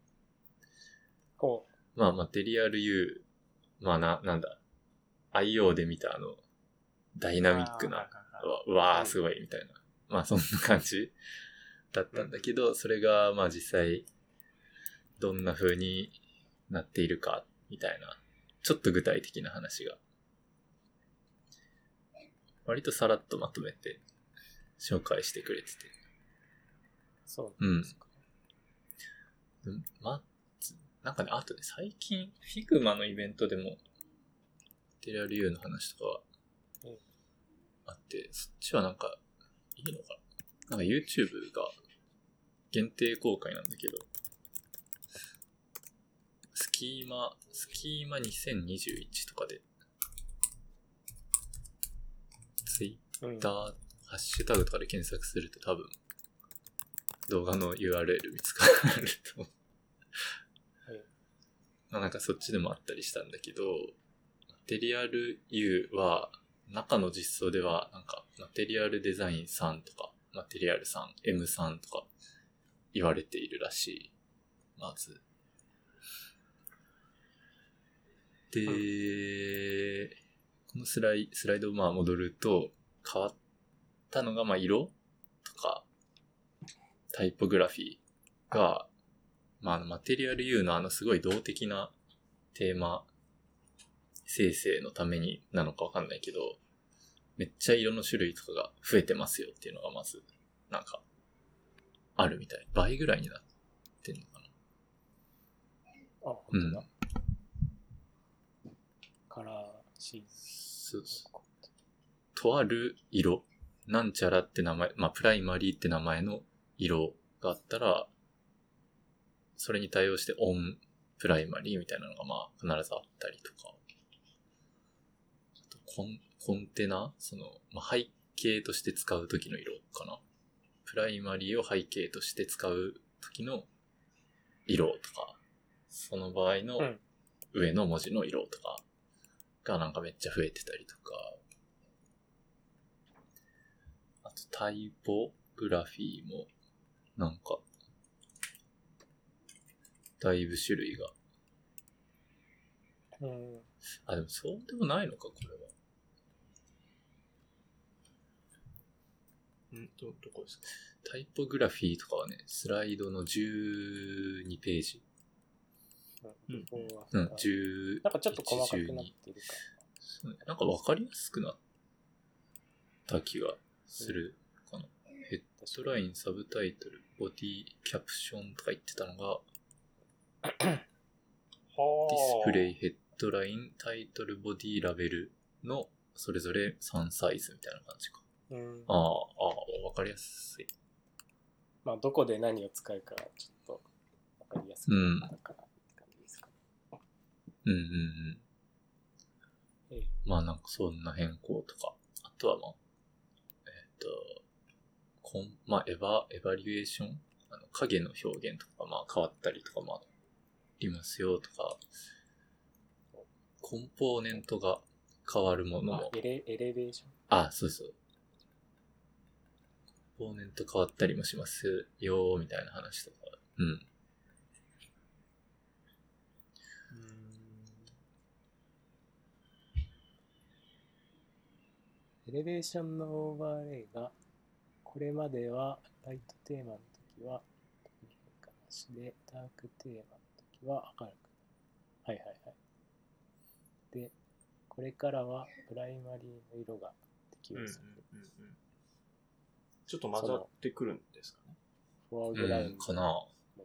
まあ、マテリアル U、まあなんだ、IO で見たダイナミックな、うわーすごいみたいな。まあそんな感じだったんだけど、それがまあ実際、どんな風になっているか、みたいな、ちょっと具体的な話が、割とさらっとまとめて、紹介してくれてて。 そうなんですか。 なんかね、あとね、最近、Figma のイベントでも、テレアル U の話とかあって、そっちはなんか、いいのかな？なんか YouTube が限定公開なんだけど、スキーマ2021とかで、Twitter、ハッシュタグとかで検索すると多分、動画の URL 見つかると思う。なんかそっちでもあったりしたんだけど、マテリアル U は、中の実装では、なんか、マテリアルデザイン3とか、マテリアル3、M3 とか言われているらしい。まず。で、このスライドをまあ戻ると、変わったのが、まあ色とか、タイポグラフィーが、まあマテリアル U のすごい動的なテーマ生成のためになのかわかんないけど、めっちゃ色の種類とかが増えてますよっていうのがまず、なんか、あるみたい。倍ぐらいになってんのかな。 あ、本当だ。カラーシーズン。 とある色、なんちゃらって名前、まあプライマリーって名前の色があったら、それに対応してオンプライマリーみたいなのがまあ必ずあったりとか。あとコンテナまあ、背景として使う時の色かな。プライマリーを背景として使う時の色とか、その場合の上の文字の色とかがなんかめっちゃ増えてたりとか、あとタイポグラフィーもなんかだいぶ種類が。あ、でもそうでもないのか、これは。 どこですか？ タイポグラフィーとかはね、スライドの12ページ。10、 なんかちょっと細かくなってるかそうね。なんかわかりやすくなった気がするかな。ヘッドライン、サブタイトル、ボディ、キャプションとか言ってたのが、ディスプレイ、ヘッドライン、タイトル、ボディ、ラベルのそれぞれ3サイズみたいな感じか。わかりやすい。 まあ、どこで何を使うか、ちょっとわかりやすくなったかなって感じですかね。 まあ、なんかそんな変更とか。あとはまあ、まあ、エバリュエーション影の表現とか、まあ、変わったりとかもありますよとか、コンポーネントが変わるものも。 エレベーション？ あ、そうそう。コンポーネント変わったりもしますよ、みたいな話とか。 エレベーションのオーバーレイが、これまではライトテーマの時は変化なしで、ダークテーマの時は明るく。はいはいはい。で、これからはプライマリーの色が適用される。 ちょっと混ざってくるんですかね。 フォアグラウンドかな。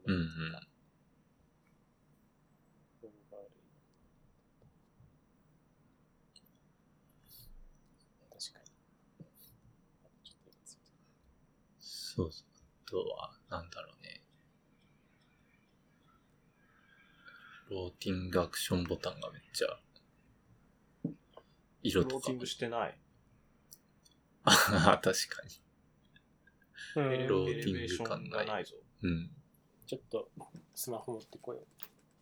確かに。 そうそう。あとは、なんだろうね。ローティングアクションボタンがめっちゃ、色とか。 ローティングしてない。 ああ、確かに。 うん、 ローティング感がないぞ。 うん。 ちょっとスマホ持ってこよう。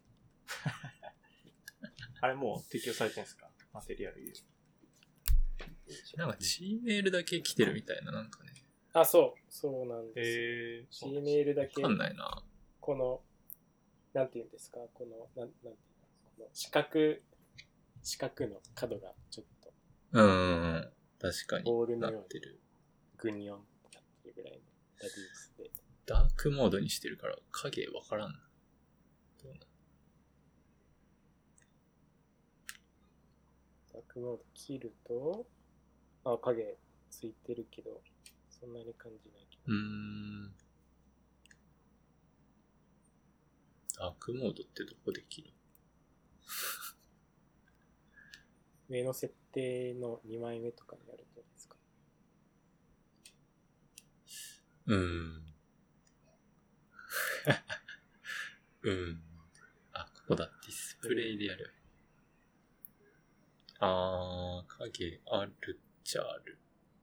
あれもう適用されてるんですか？マテリアルユーズ。 なんか Gmail だけ来てるみたいな、なんかね。 あ、そうなんですよ。Gmail だけ。 わかんないな。 この、なんていうんですか、この、なんていうの、この四角の角がちょっと。 確かに。 ボールのようになってる。 グニョンってなってるぐらいのラディウスで。 ダークモードにしてるから影わからん。どうなダークモード切ると、あ、影ついてるけど、そんなに感じないけど。 ダークモードってどこで切る？ 上の設定の2枚目とかにやるとですか？ あ、ここだ。ディスプレイでやる。影あるっちゃある。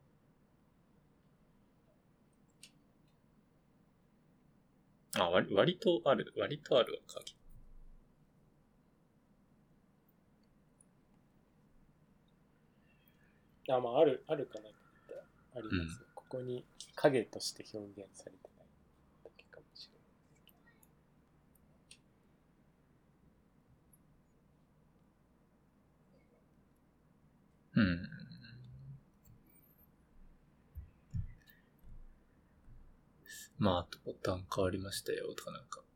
割とあるわ、影。 まあ、あるかなと思ったらあります、ここに影として表現されてないだけかもしれない。 まあ、あとボタン変わりましたよとかなんか。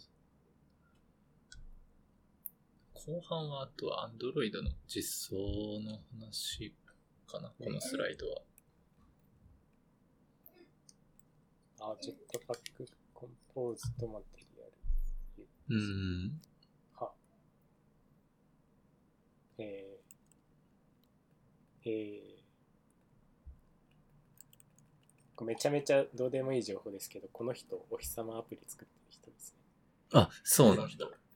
後半はあとは Android の実装の話かな、このスライドは。 ジェットパックコンポーズとマテリアル。は。めちゃめちゃどうでもいい情報ですけど、この人、お日様アプリ作ってる人ですね。 あ、そうなんだ。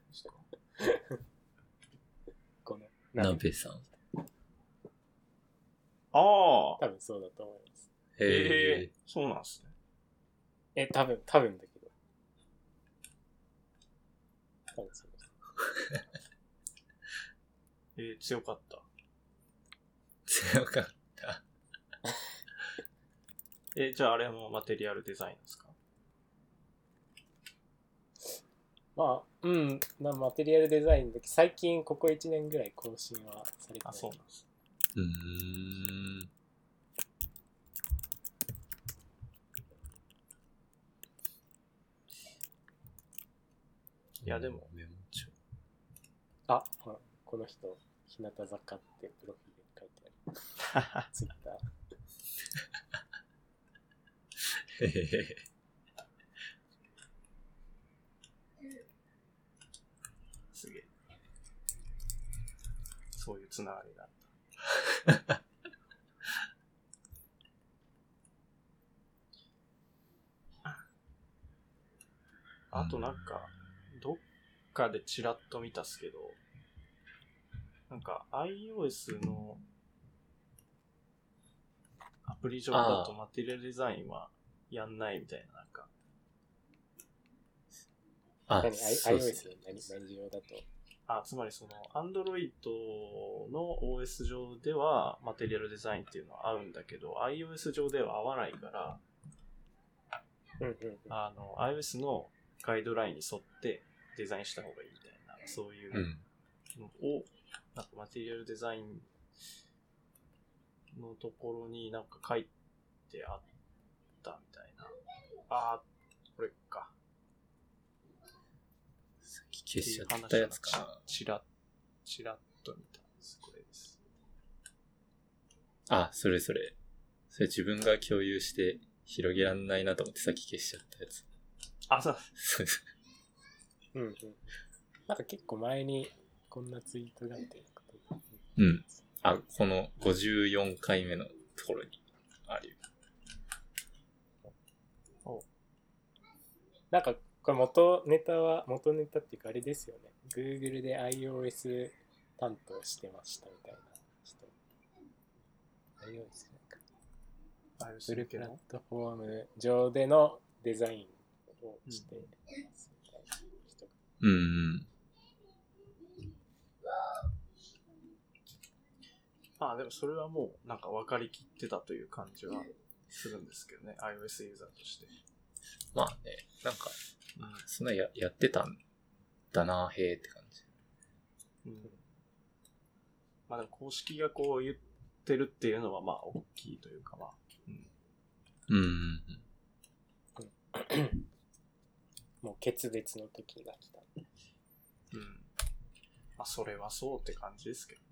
このなべさん。 多分そうだと思います。 そうなんですね。多分だけど。多分そうです。強かった。 強かった。 じゃああれもマテリアルデザインですか？ まあ、マテリアルデザインだけ最近ここ1年ぐらい更新はされてない。 そうなんです。いやでもメモ帳。 ほら、この人、日向坂ってプロフィールに書いてある。ツイッター。 すげえ。そういうつながりがあった。あとなんか、どっかでチラッと見たっすけど、なんか iOS のアプリ上だとマテリアルデザインはやんないみたいな、なんか。 iOS の何上だと？ つまりその Android の OS 上ではマテリアルデザインっていうのは合うんだけど、iOS 上では合わないから、iOS のガイドラインに沿ってデザインした方がいいみたいな、そういうのを、なんかマテリアルデザインのところになんか書いてあったみたいな。これか。 さっき消しちゃったやつかな。 チラッと見たんです。これです。 それ。それ自分が共有して広げらんないなと思ってさっき消しちゃったやつ。 そう。 なんか結構前にこんなツイートがみたいなこと。 この54回目のところにあるよ。 なんかこれ元ネタっていうかあれですよね。Google で iOS 担当してましたみたいな人。iOS なんか。 フルプラットフォーム上でのデザインをしてますみたいな人が。 うん。 まあでもそれはもうなんか分かりきってたという感じはするんですけどね、iOS ユーザーとして。 まあね、なんか、そんなやってたんだな、へーって感じ。 うん。まあでも公式がこう言ってるっていうのはまあ大きいというかまあ。 うん。 もう決別の時が来た。 うん。まあそれはそうって感じですけどね。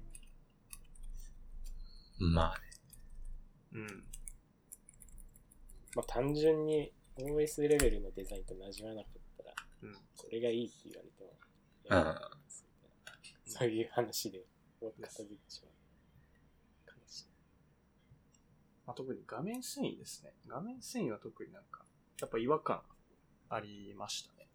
まあね。 うん。 まあ単純に OS レベルのデザインと馴染まなかったら、これがいいって言われても、そういう話で片付いてしまう。悲しい。 まあ、特に画面繊維ですね。画面繊維は特になんか、やっぱ違和感ありましたね。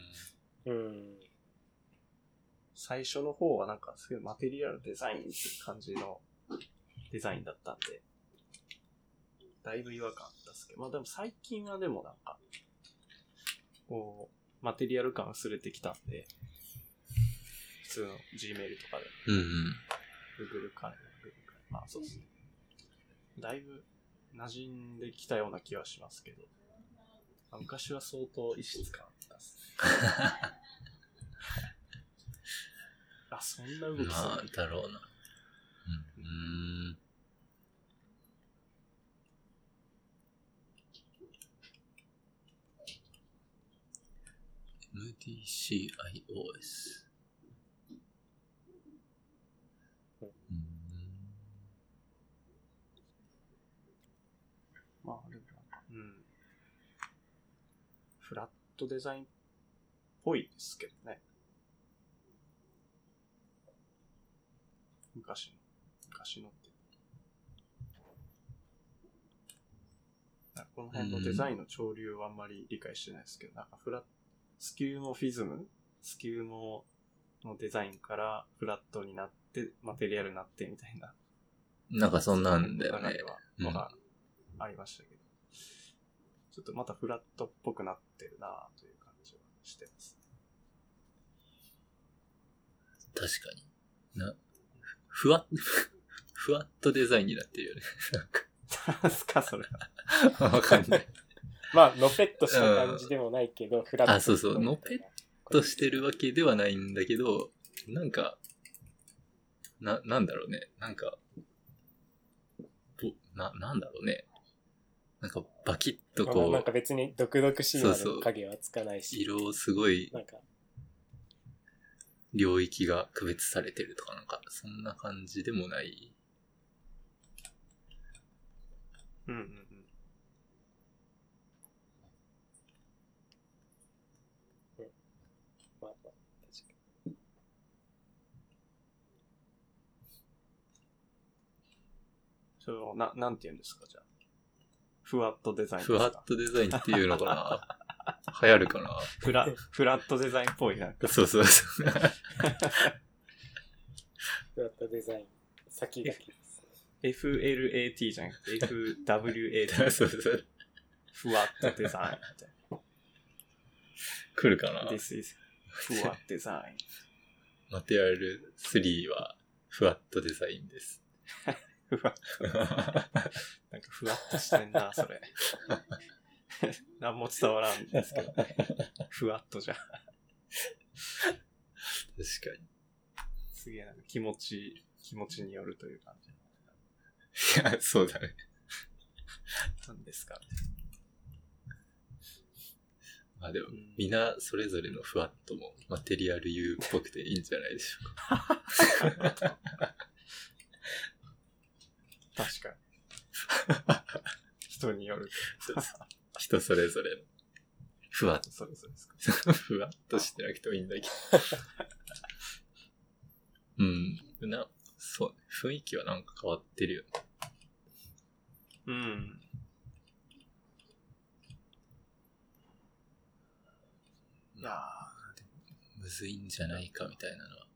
最初の方はなんか、すごいマテリアルデザインっていう感じのデザインだったんで、だいぶ違和感あったんですけど、まあでも最近はでもなんか、こう、マテリアル感薄れてきたんで、普通の Gmail とかで、Google カレンダー、まあそうですね。だいぶ馴染んできたような気はしますけど、まあ、昔は相当異質感あったっすあ、そんな動きするまあ、だろうな。MDCIOS。 まあ、でもフラットデザインっぽいですけどね。昔のって。この辺のデザインの潮流はあんまり理解してないですけど、なんかスキューモフィズムスキューモのデザインからフラットになって、マテリアルになってみたいな。 なんかそんなんだよね。 のがありましたけど、ちょっとまたフラットっぽくなってるなぁという感じはしてます。 確かに。ふわっとデザインになってるよね。 なんすかそれは。 わかんない。 まあ、のぺっとした感じでもないけど、フラット。 そうそう。のぺっとしてるわけではないんだけど、なんか、なんだろうね。なんか、なんだろうね。なんかバキッとこう。 なんか別に毒々しいまでの影はつかないし。 色すごい、 なんか領域が区別されてるとかなんか、そんな感じでもない。 まあ、確かに。 それをなんて言うんですか、じゃあ。ふわっとデザインですか。 ふわっとデザインっていうのかな流行るかなフラットデザインっぽいなんか。 そう。 フラットデザイン。先がきです。 FLAT じゃなくて FWAT。 そう。 ふわっとデザインみたいな。 来るかな This is ふわっデザイン。 マテリアル3はふわっとデザインです。 ふわっと。なんかふわっとしてんな、それ。何も伝わらんですけど。ふわっとじゃ。 確かに。 すげえなんか気持ちによるという感じ。 いや、そうだね。 何ですか。 まあでも、みんなそれぞれのふわっともマテリアル U っぽくていいんじゃないでしょうか。 確かに。人による。 人それぞれの。ふわっと。 それぞれですか。 ふわっとしてなくてもいいんだけど。そうね。雰囲気はなんか変わってるよね。いやー、でもむずいんじゃないかみたいなのは。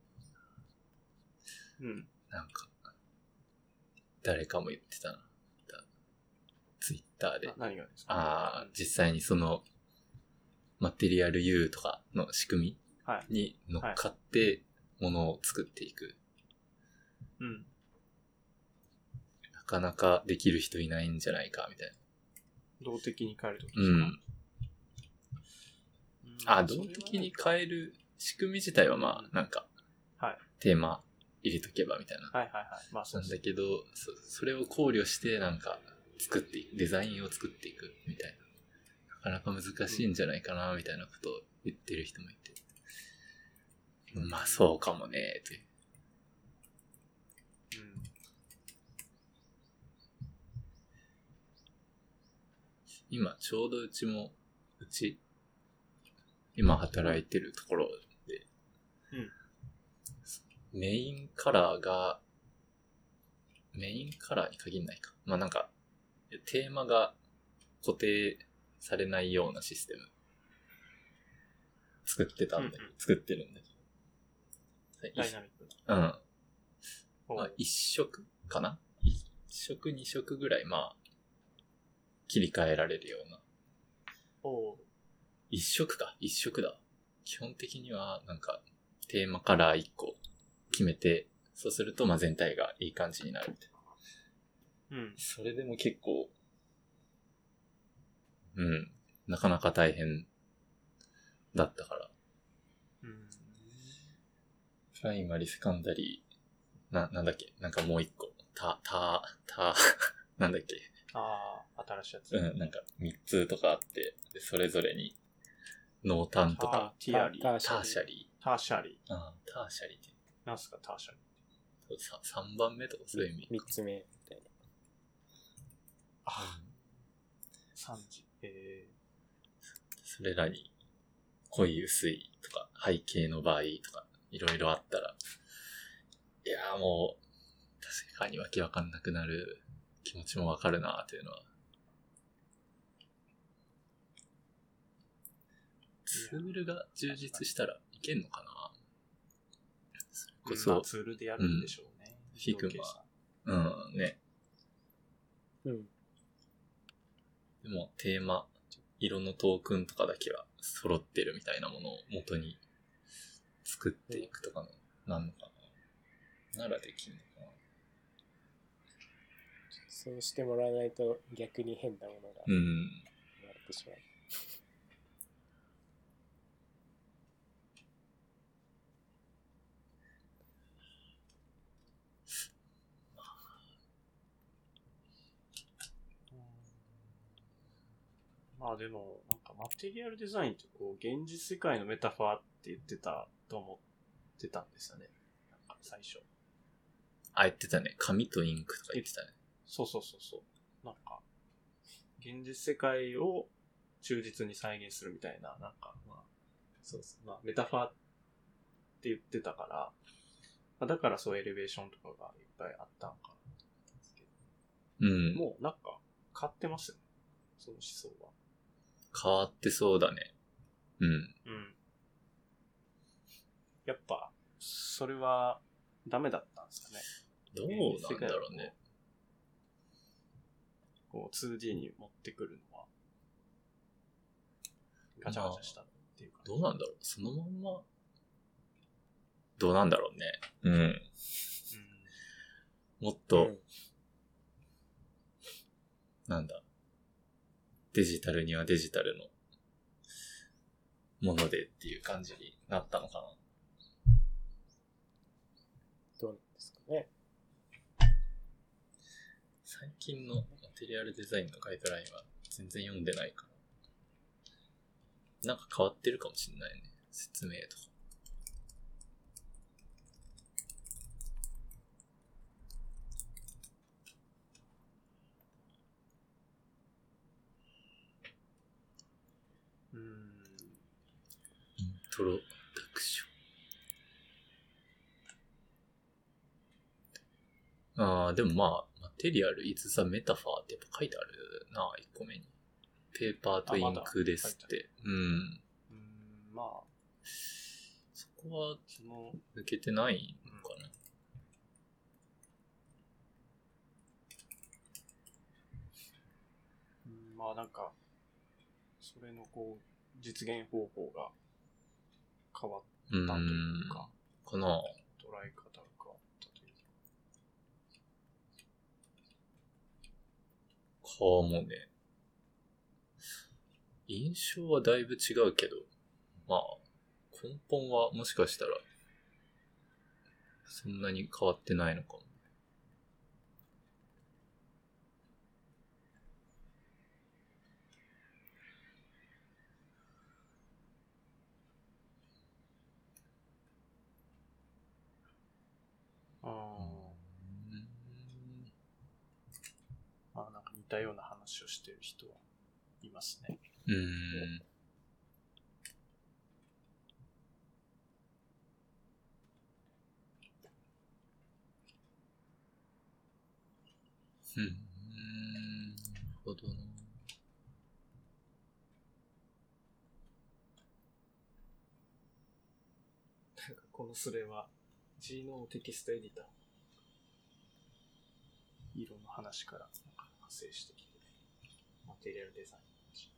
なんか、誰かも言ってたな。 ツイッターで。 何がですか？ 実際にその、マテリアル U とかの仕組はい。 みに乗っかってものを作っていく。 うん。 なかなかできる人いないんじゃないか、みたいな。 動的に変えるときうですか？ ん。動的に変える仕組み自体はまあ、なんか、 はい。 テーマ入れとけばみたいな。 はいはいはい。まあそうですね。 なんだけど、それを考慮してなんか作っていく、デザインを作っていくみたいな。なかなか難しいんじゃないかな、みたいなことを言ってる人もいて。まあそうかもね、という。 うん。 今ちょうど今働いてるところで、メインカラーに限んないか。まあなんか、テーマが固定されないようなシステム作ってるんだけど。 ダイナミックうん。 な。 まあ一色かな ?1 色2色ぐらいまあ、切り替えられるような。一色だ。基本的にはなんかテーマカラー1個決めて、そうするとまあ全体がいい感じになるみたいな。 うん。 それでも結構、なかなか大変だったから。プライマリ、セカンダリー、なんだっけ、なんかもう一個、なんだっけ。 新しいやつ。 なんか3つとかあって、でそれぞれに、濃淡とか、 ティアリー。 ターシャリー。 ターシャリー。 ターシャリーって。 なんすか、ターシャリー。 3番目とかそういう意味。 3つ目みたいな。 3時。 それらに、濃い薄いとか、背景の場合とか、いろいろあったら、いやーもう、確かにわけわかんなくなる気持ちもわかるなというのは。ツールが充実したらいけんのかな。それこそ、 ツールでやるんでしょうね。 フィグマ。ね。でもテーマ、色のトークンとかだけは揃ってるみたいなものを元に作っていくとかの、なんのかな。ならできんのかな。 そうしてもらわないと逆に変なものが生まれてしまう。 まあでも、なんかマテリアルデザインってこう、現実世界のメタファーって言ってたと思ってたんですよね。なんか最初。 言ってたね。紙とインクとか言ってたね。 そう。なんか、現実世界を忠実に再現するみたいな、なんか、まあ、メタファーって言ってたから、だからそうエレベーションとかがいっぱいあったんかな。もうなんか、変わってますよね。その思想は。 変わってそうだね。 やっぱ、それはダメだったんですかね。 どうなんだろうね。 こう 2D に持ってくるのは、ガチャガチャしたっていうか。 どうなんだろう。そのまんま、どうなんだろうね。もっと、なんだ。デジタルにはデジタルのものでっていう感じになったのかな。 どうなんですかね。 最近のマテリアルデザインのガイドラインは全然読んでないから。なんか変わってるかもしれないね。説明とか。イントロダクション。でもまあ、マテリアル is the metaphor ってやっぱ書いてあるな、1個目に。ペーパーとインクですって。 まあ、 そこは、抜けてないのかな。 まあなんか、それのこう、実現方法が変わったというか、 かな。 捉え方が変わったというかもね。印象はだいぶ違うけど、まあ、根本はもしかしたら、そんなに変わってないのかも。 まあなんか似たような話をしてる人はいますね。 なるほどな。 なんかこのスレは G のテキストエディター色の話から派生してきて、マテリアルデザインの話。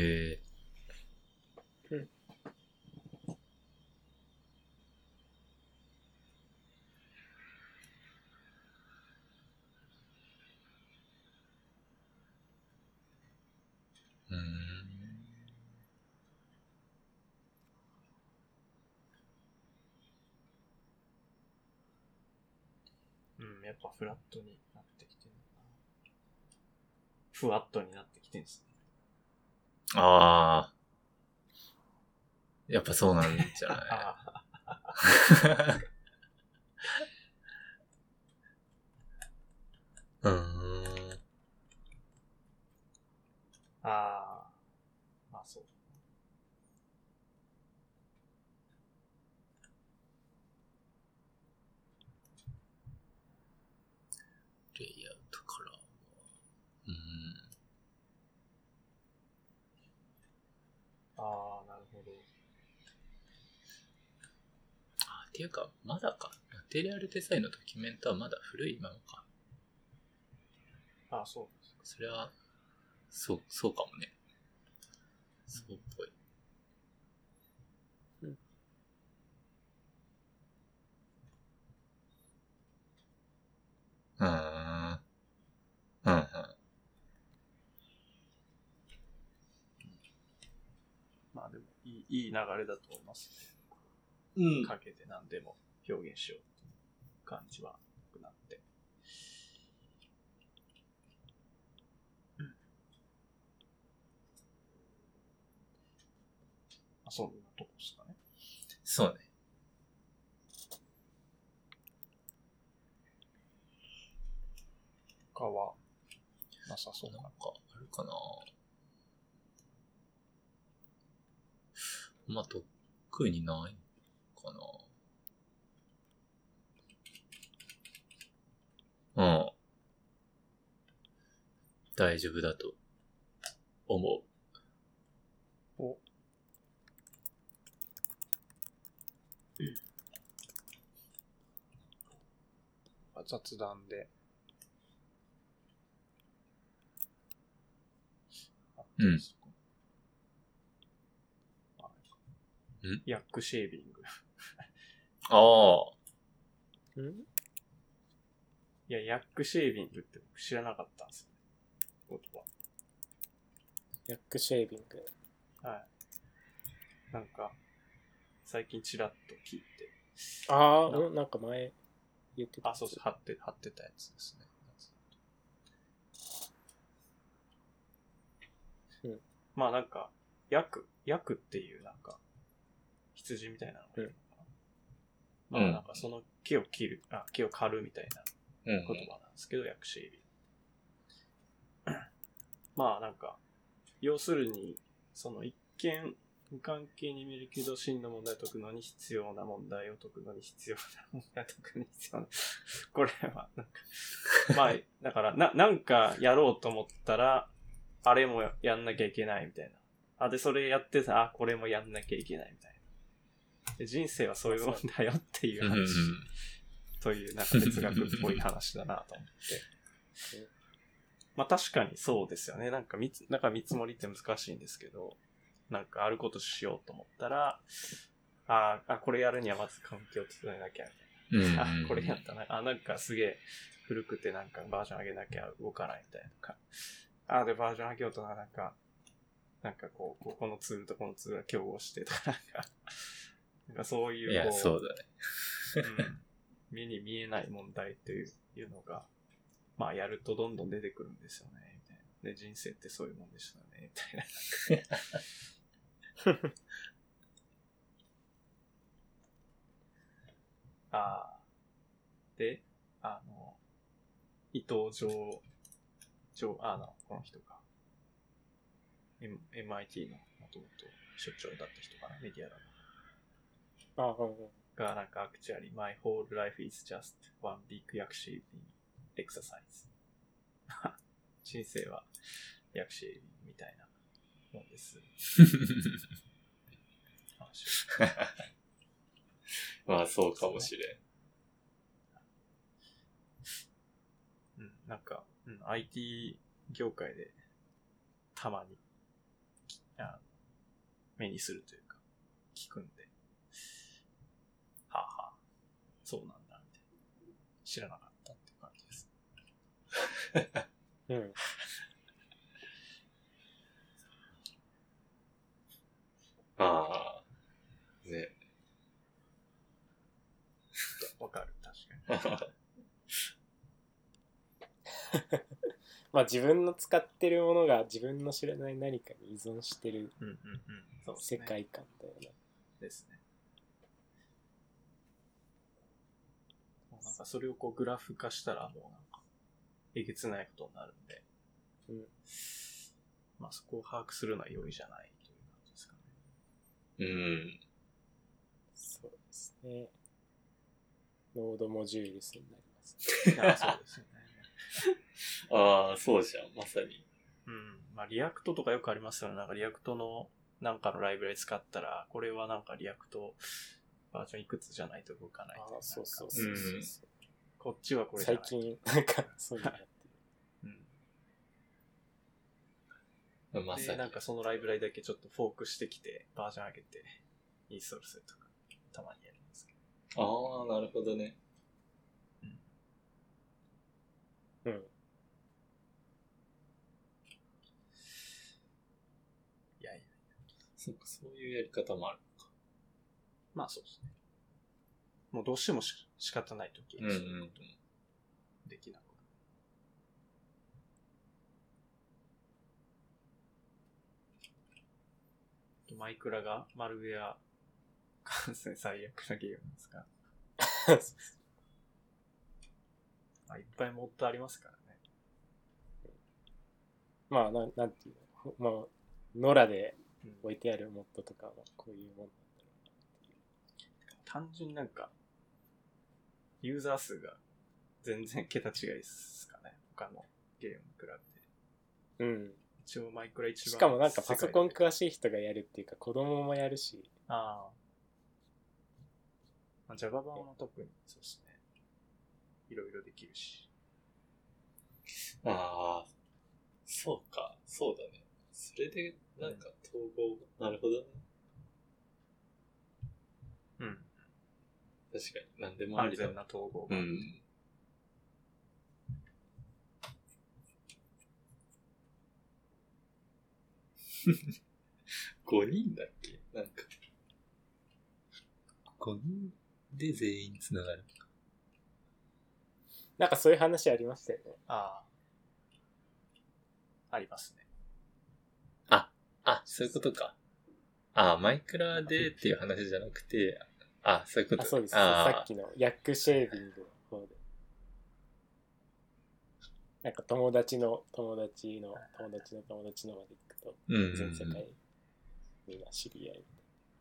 やっぱフラットになってきてるのかな。ふわっとになってきてるんですね。 ああ。やっぱそうなんじゃないまあそう。 レイアウトカラーは。 なるほど。 っていうか、まだか。マテリアルデザインのドキュメントはまだ古いままか。 そうですか。 それは、そうかもね。そうっぽい。 まあでもいい流れだと思いますね。かけて何でも表現しようっていう感じはなくなって。そんなとこですかね。 そうね。 他はなさそうかな。 なんかあるかな。まあ特にないかな。大丈夫だと思う。 雑談で。ヤックシェービング。いや、ヤックシェービングって僕知らなかったんですよね。言葉。 ヤックシェービング。 はい。なんか、最近チラッと聞いて。 なんか前言ってた。 そうそう、貼ってたやつですね。まあなんか、ヤクっていうなんか、羊みたいなのがいるのかな。まあなんかその木を刈るみたいな言葉なんですけど、ヤクシェービング。まあなんか、要するに、その一見無関係に見るけど、真の問題を解くのに必要な問題を解くのに必要な問題を解くのに必要な。これはなんか、まあ、だからなんかやろうと思ったら、あれもやんなきゃいけないみたいな。で、それやってさ、これもやんなきゃいけないみたいな。で人生はそういうもんだよっていう話という、なんか哲学っぽい話だなと思って。 まあ確かにそうですよね。なんか見積もりって難しいんですけど、なんかあることしようと思ったら、これやるにはまず環境を整えなきゃみたいな。これやったな。なんかすげえ古くてなんかバージョン上げなきゃ動かないみたいなとか。で、バージョン上げようとなんかこう、このツールとこのツールが競合してとか、なんかそういう、 いや、そうだね。 目に見えない問題というのが、まあやるとどんどん出てくるんですよね、みたいな。で、人生ってそういうもんでしたね、みたいな。で、伊藤この人か。MIT のもともと所長だった人かな、メディアだな。が、なんか、actually, my whole life is just one big yak shaving exercise. 人生はヤクシェービンみたいなもんです。 まあ、そうかもしれん。 なんか、IT 業界でたまに目にするというか、聞くんで、そうなんだ、みたいな。知らなかったって感じです。 ね。 わかる、確かに。 まあ自分の使ってるものが自分の知らない何かに依存してる世界観だよね。 ですね。なんかそれをこうグラフ化したらもうなんかえげつないことになるんで、まあそこを把握するのは容易じゃないという感じですかね。 そうですね。ノードモジュールスになります。 そうですよね。 そうじゃん、まさに。 まあリアクトとかよくありますよね。なんかリアクトのなんかのライブラリ使ったら、これはなんかリアクトバージョンいくつじゃないと動かない。 そう。 こっちはこれじゃない。 最近、なんかそういうのやってる。まさに。 で、なんかそのライブラリだけちょっとフォークしてきて、バージョン上げて、インストールするとか、たまにやりますけど。 なるほどね。 いや。 そういうやり方もあるのか。 まあそうですね。もうどうしても仕方ないときにそういうこともできなくなる。マイクラがマルウェア感染最悪なゲームですかいっぱいモッドありますからね。 まあなんていうの、まあノラで置いてあるモッドとかはこういうもんなんだろうなっていう。 単純になんかユーザー数が全然桁違いですかね。他のゲームに比べて。一応マイクラ一番。 しかもなんかパソコン詳しい人がやるっていうか子供もやるし。 Java 版は特にそうですね。いろいろできるし。 そうか。そうだね。それでなんか統合、なるほどね。確かに何でもありだ。 安全な統合が。 5人だっけ？なんか5人で全員つながる。 なんかそういう話ありましたよね。 ありますね。 そういうことか。マイクラでっていう話じゃなくて、そういうこと。 そうです。さっきのヤックシェービングの方で。なんか友達の友達の友達の友達のまで行くと、全世界みんな知り合い。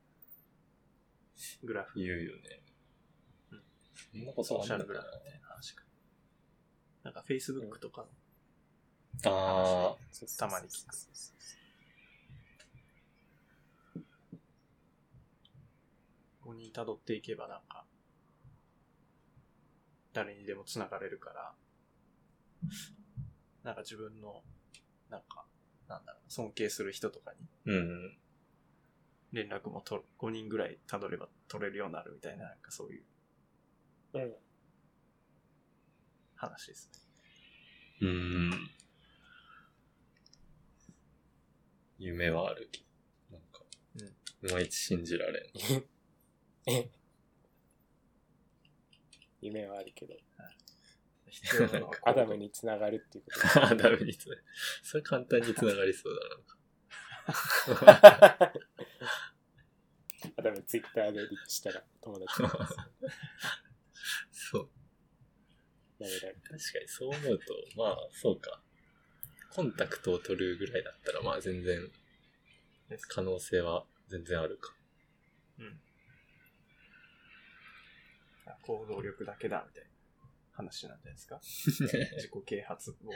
グラフ。 言うよね。 そんなことソーシャルグラフみたいな話か。なんか Facebook とかの。たまに聞く。ここに辿っていけばなんか、誰にでも繋がれるから、 なんか自分の、なんか、なんだろう、尊敬する人とかうん。 に連絡も5人ぐらいたどれば取れるようになるみたいな、なんかそういう話ですね。 夢はあるけど、なんか、いまいち信じられん。 夢はあるけど。 必要なのはアダムにつながるっていうことアダムにつながる。それ簡単につながりそうだな。 アダムツイッターでリプしたら友達になります。 そう。 やめられる。 確かにそう思うと、まあ、そうか。コンタクトを取るぐらいだったら、まあ全然、可能性は全然あるか。 うん。行動力だけだ、みたいな話なんじゃないですか。自己啓発本。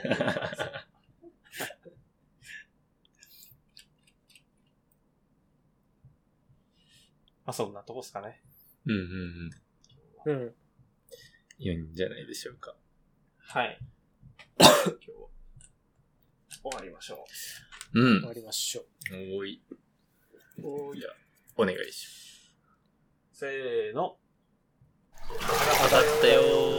まあそんなとこですかね。 うん。 いいんじゃないでしょうか。 はい。今日終わりましょう。終わりましょう。おい。 じゃあ、 お願いします。 せーの。 当たったよー。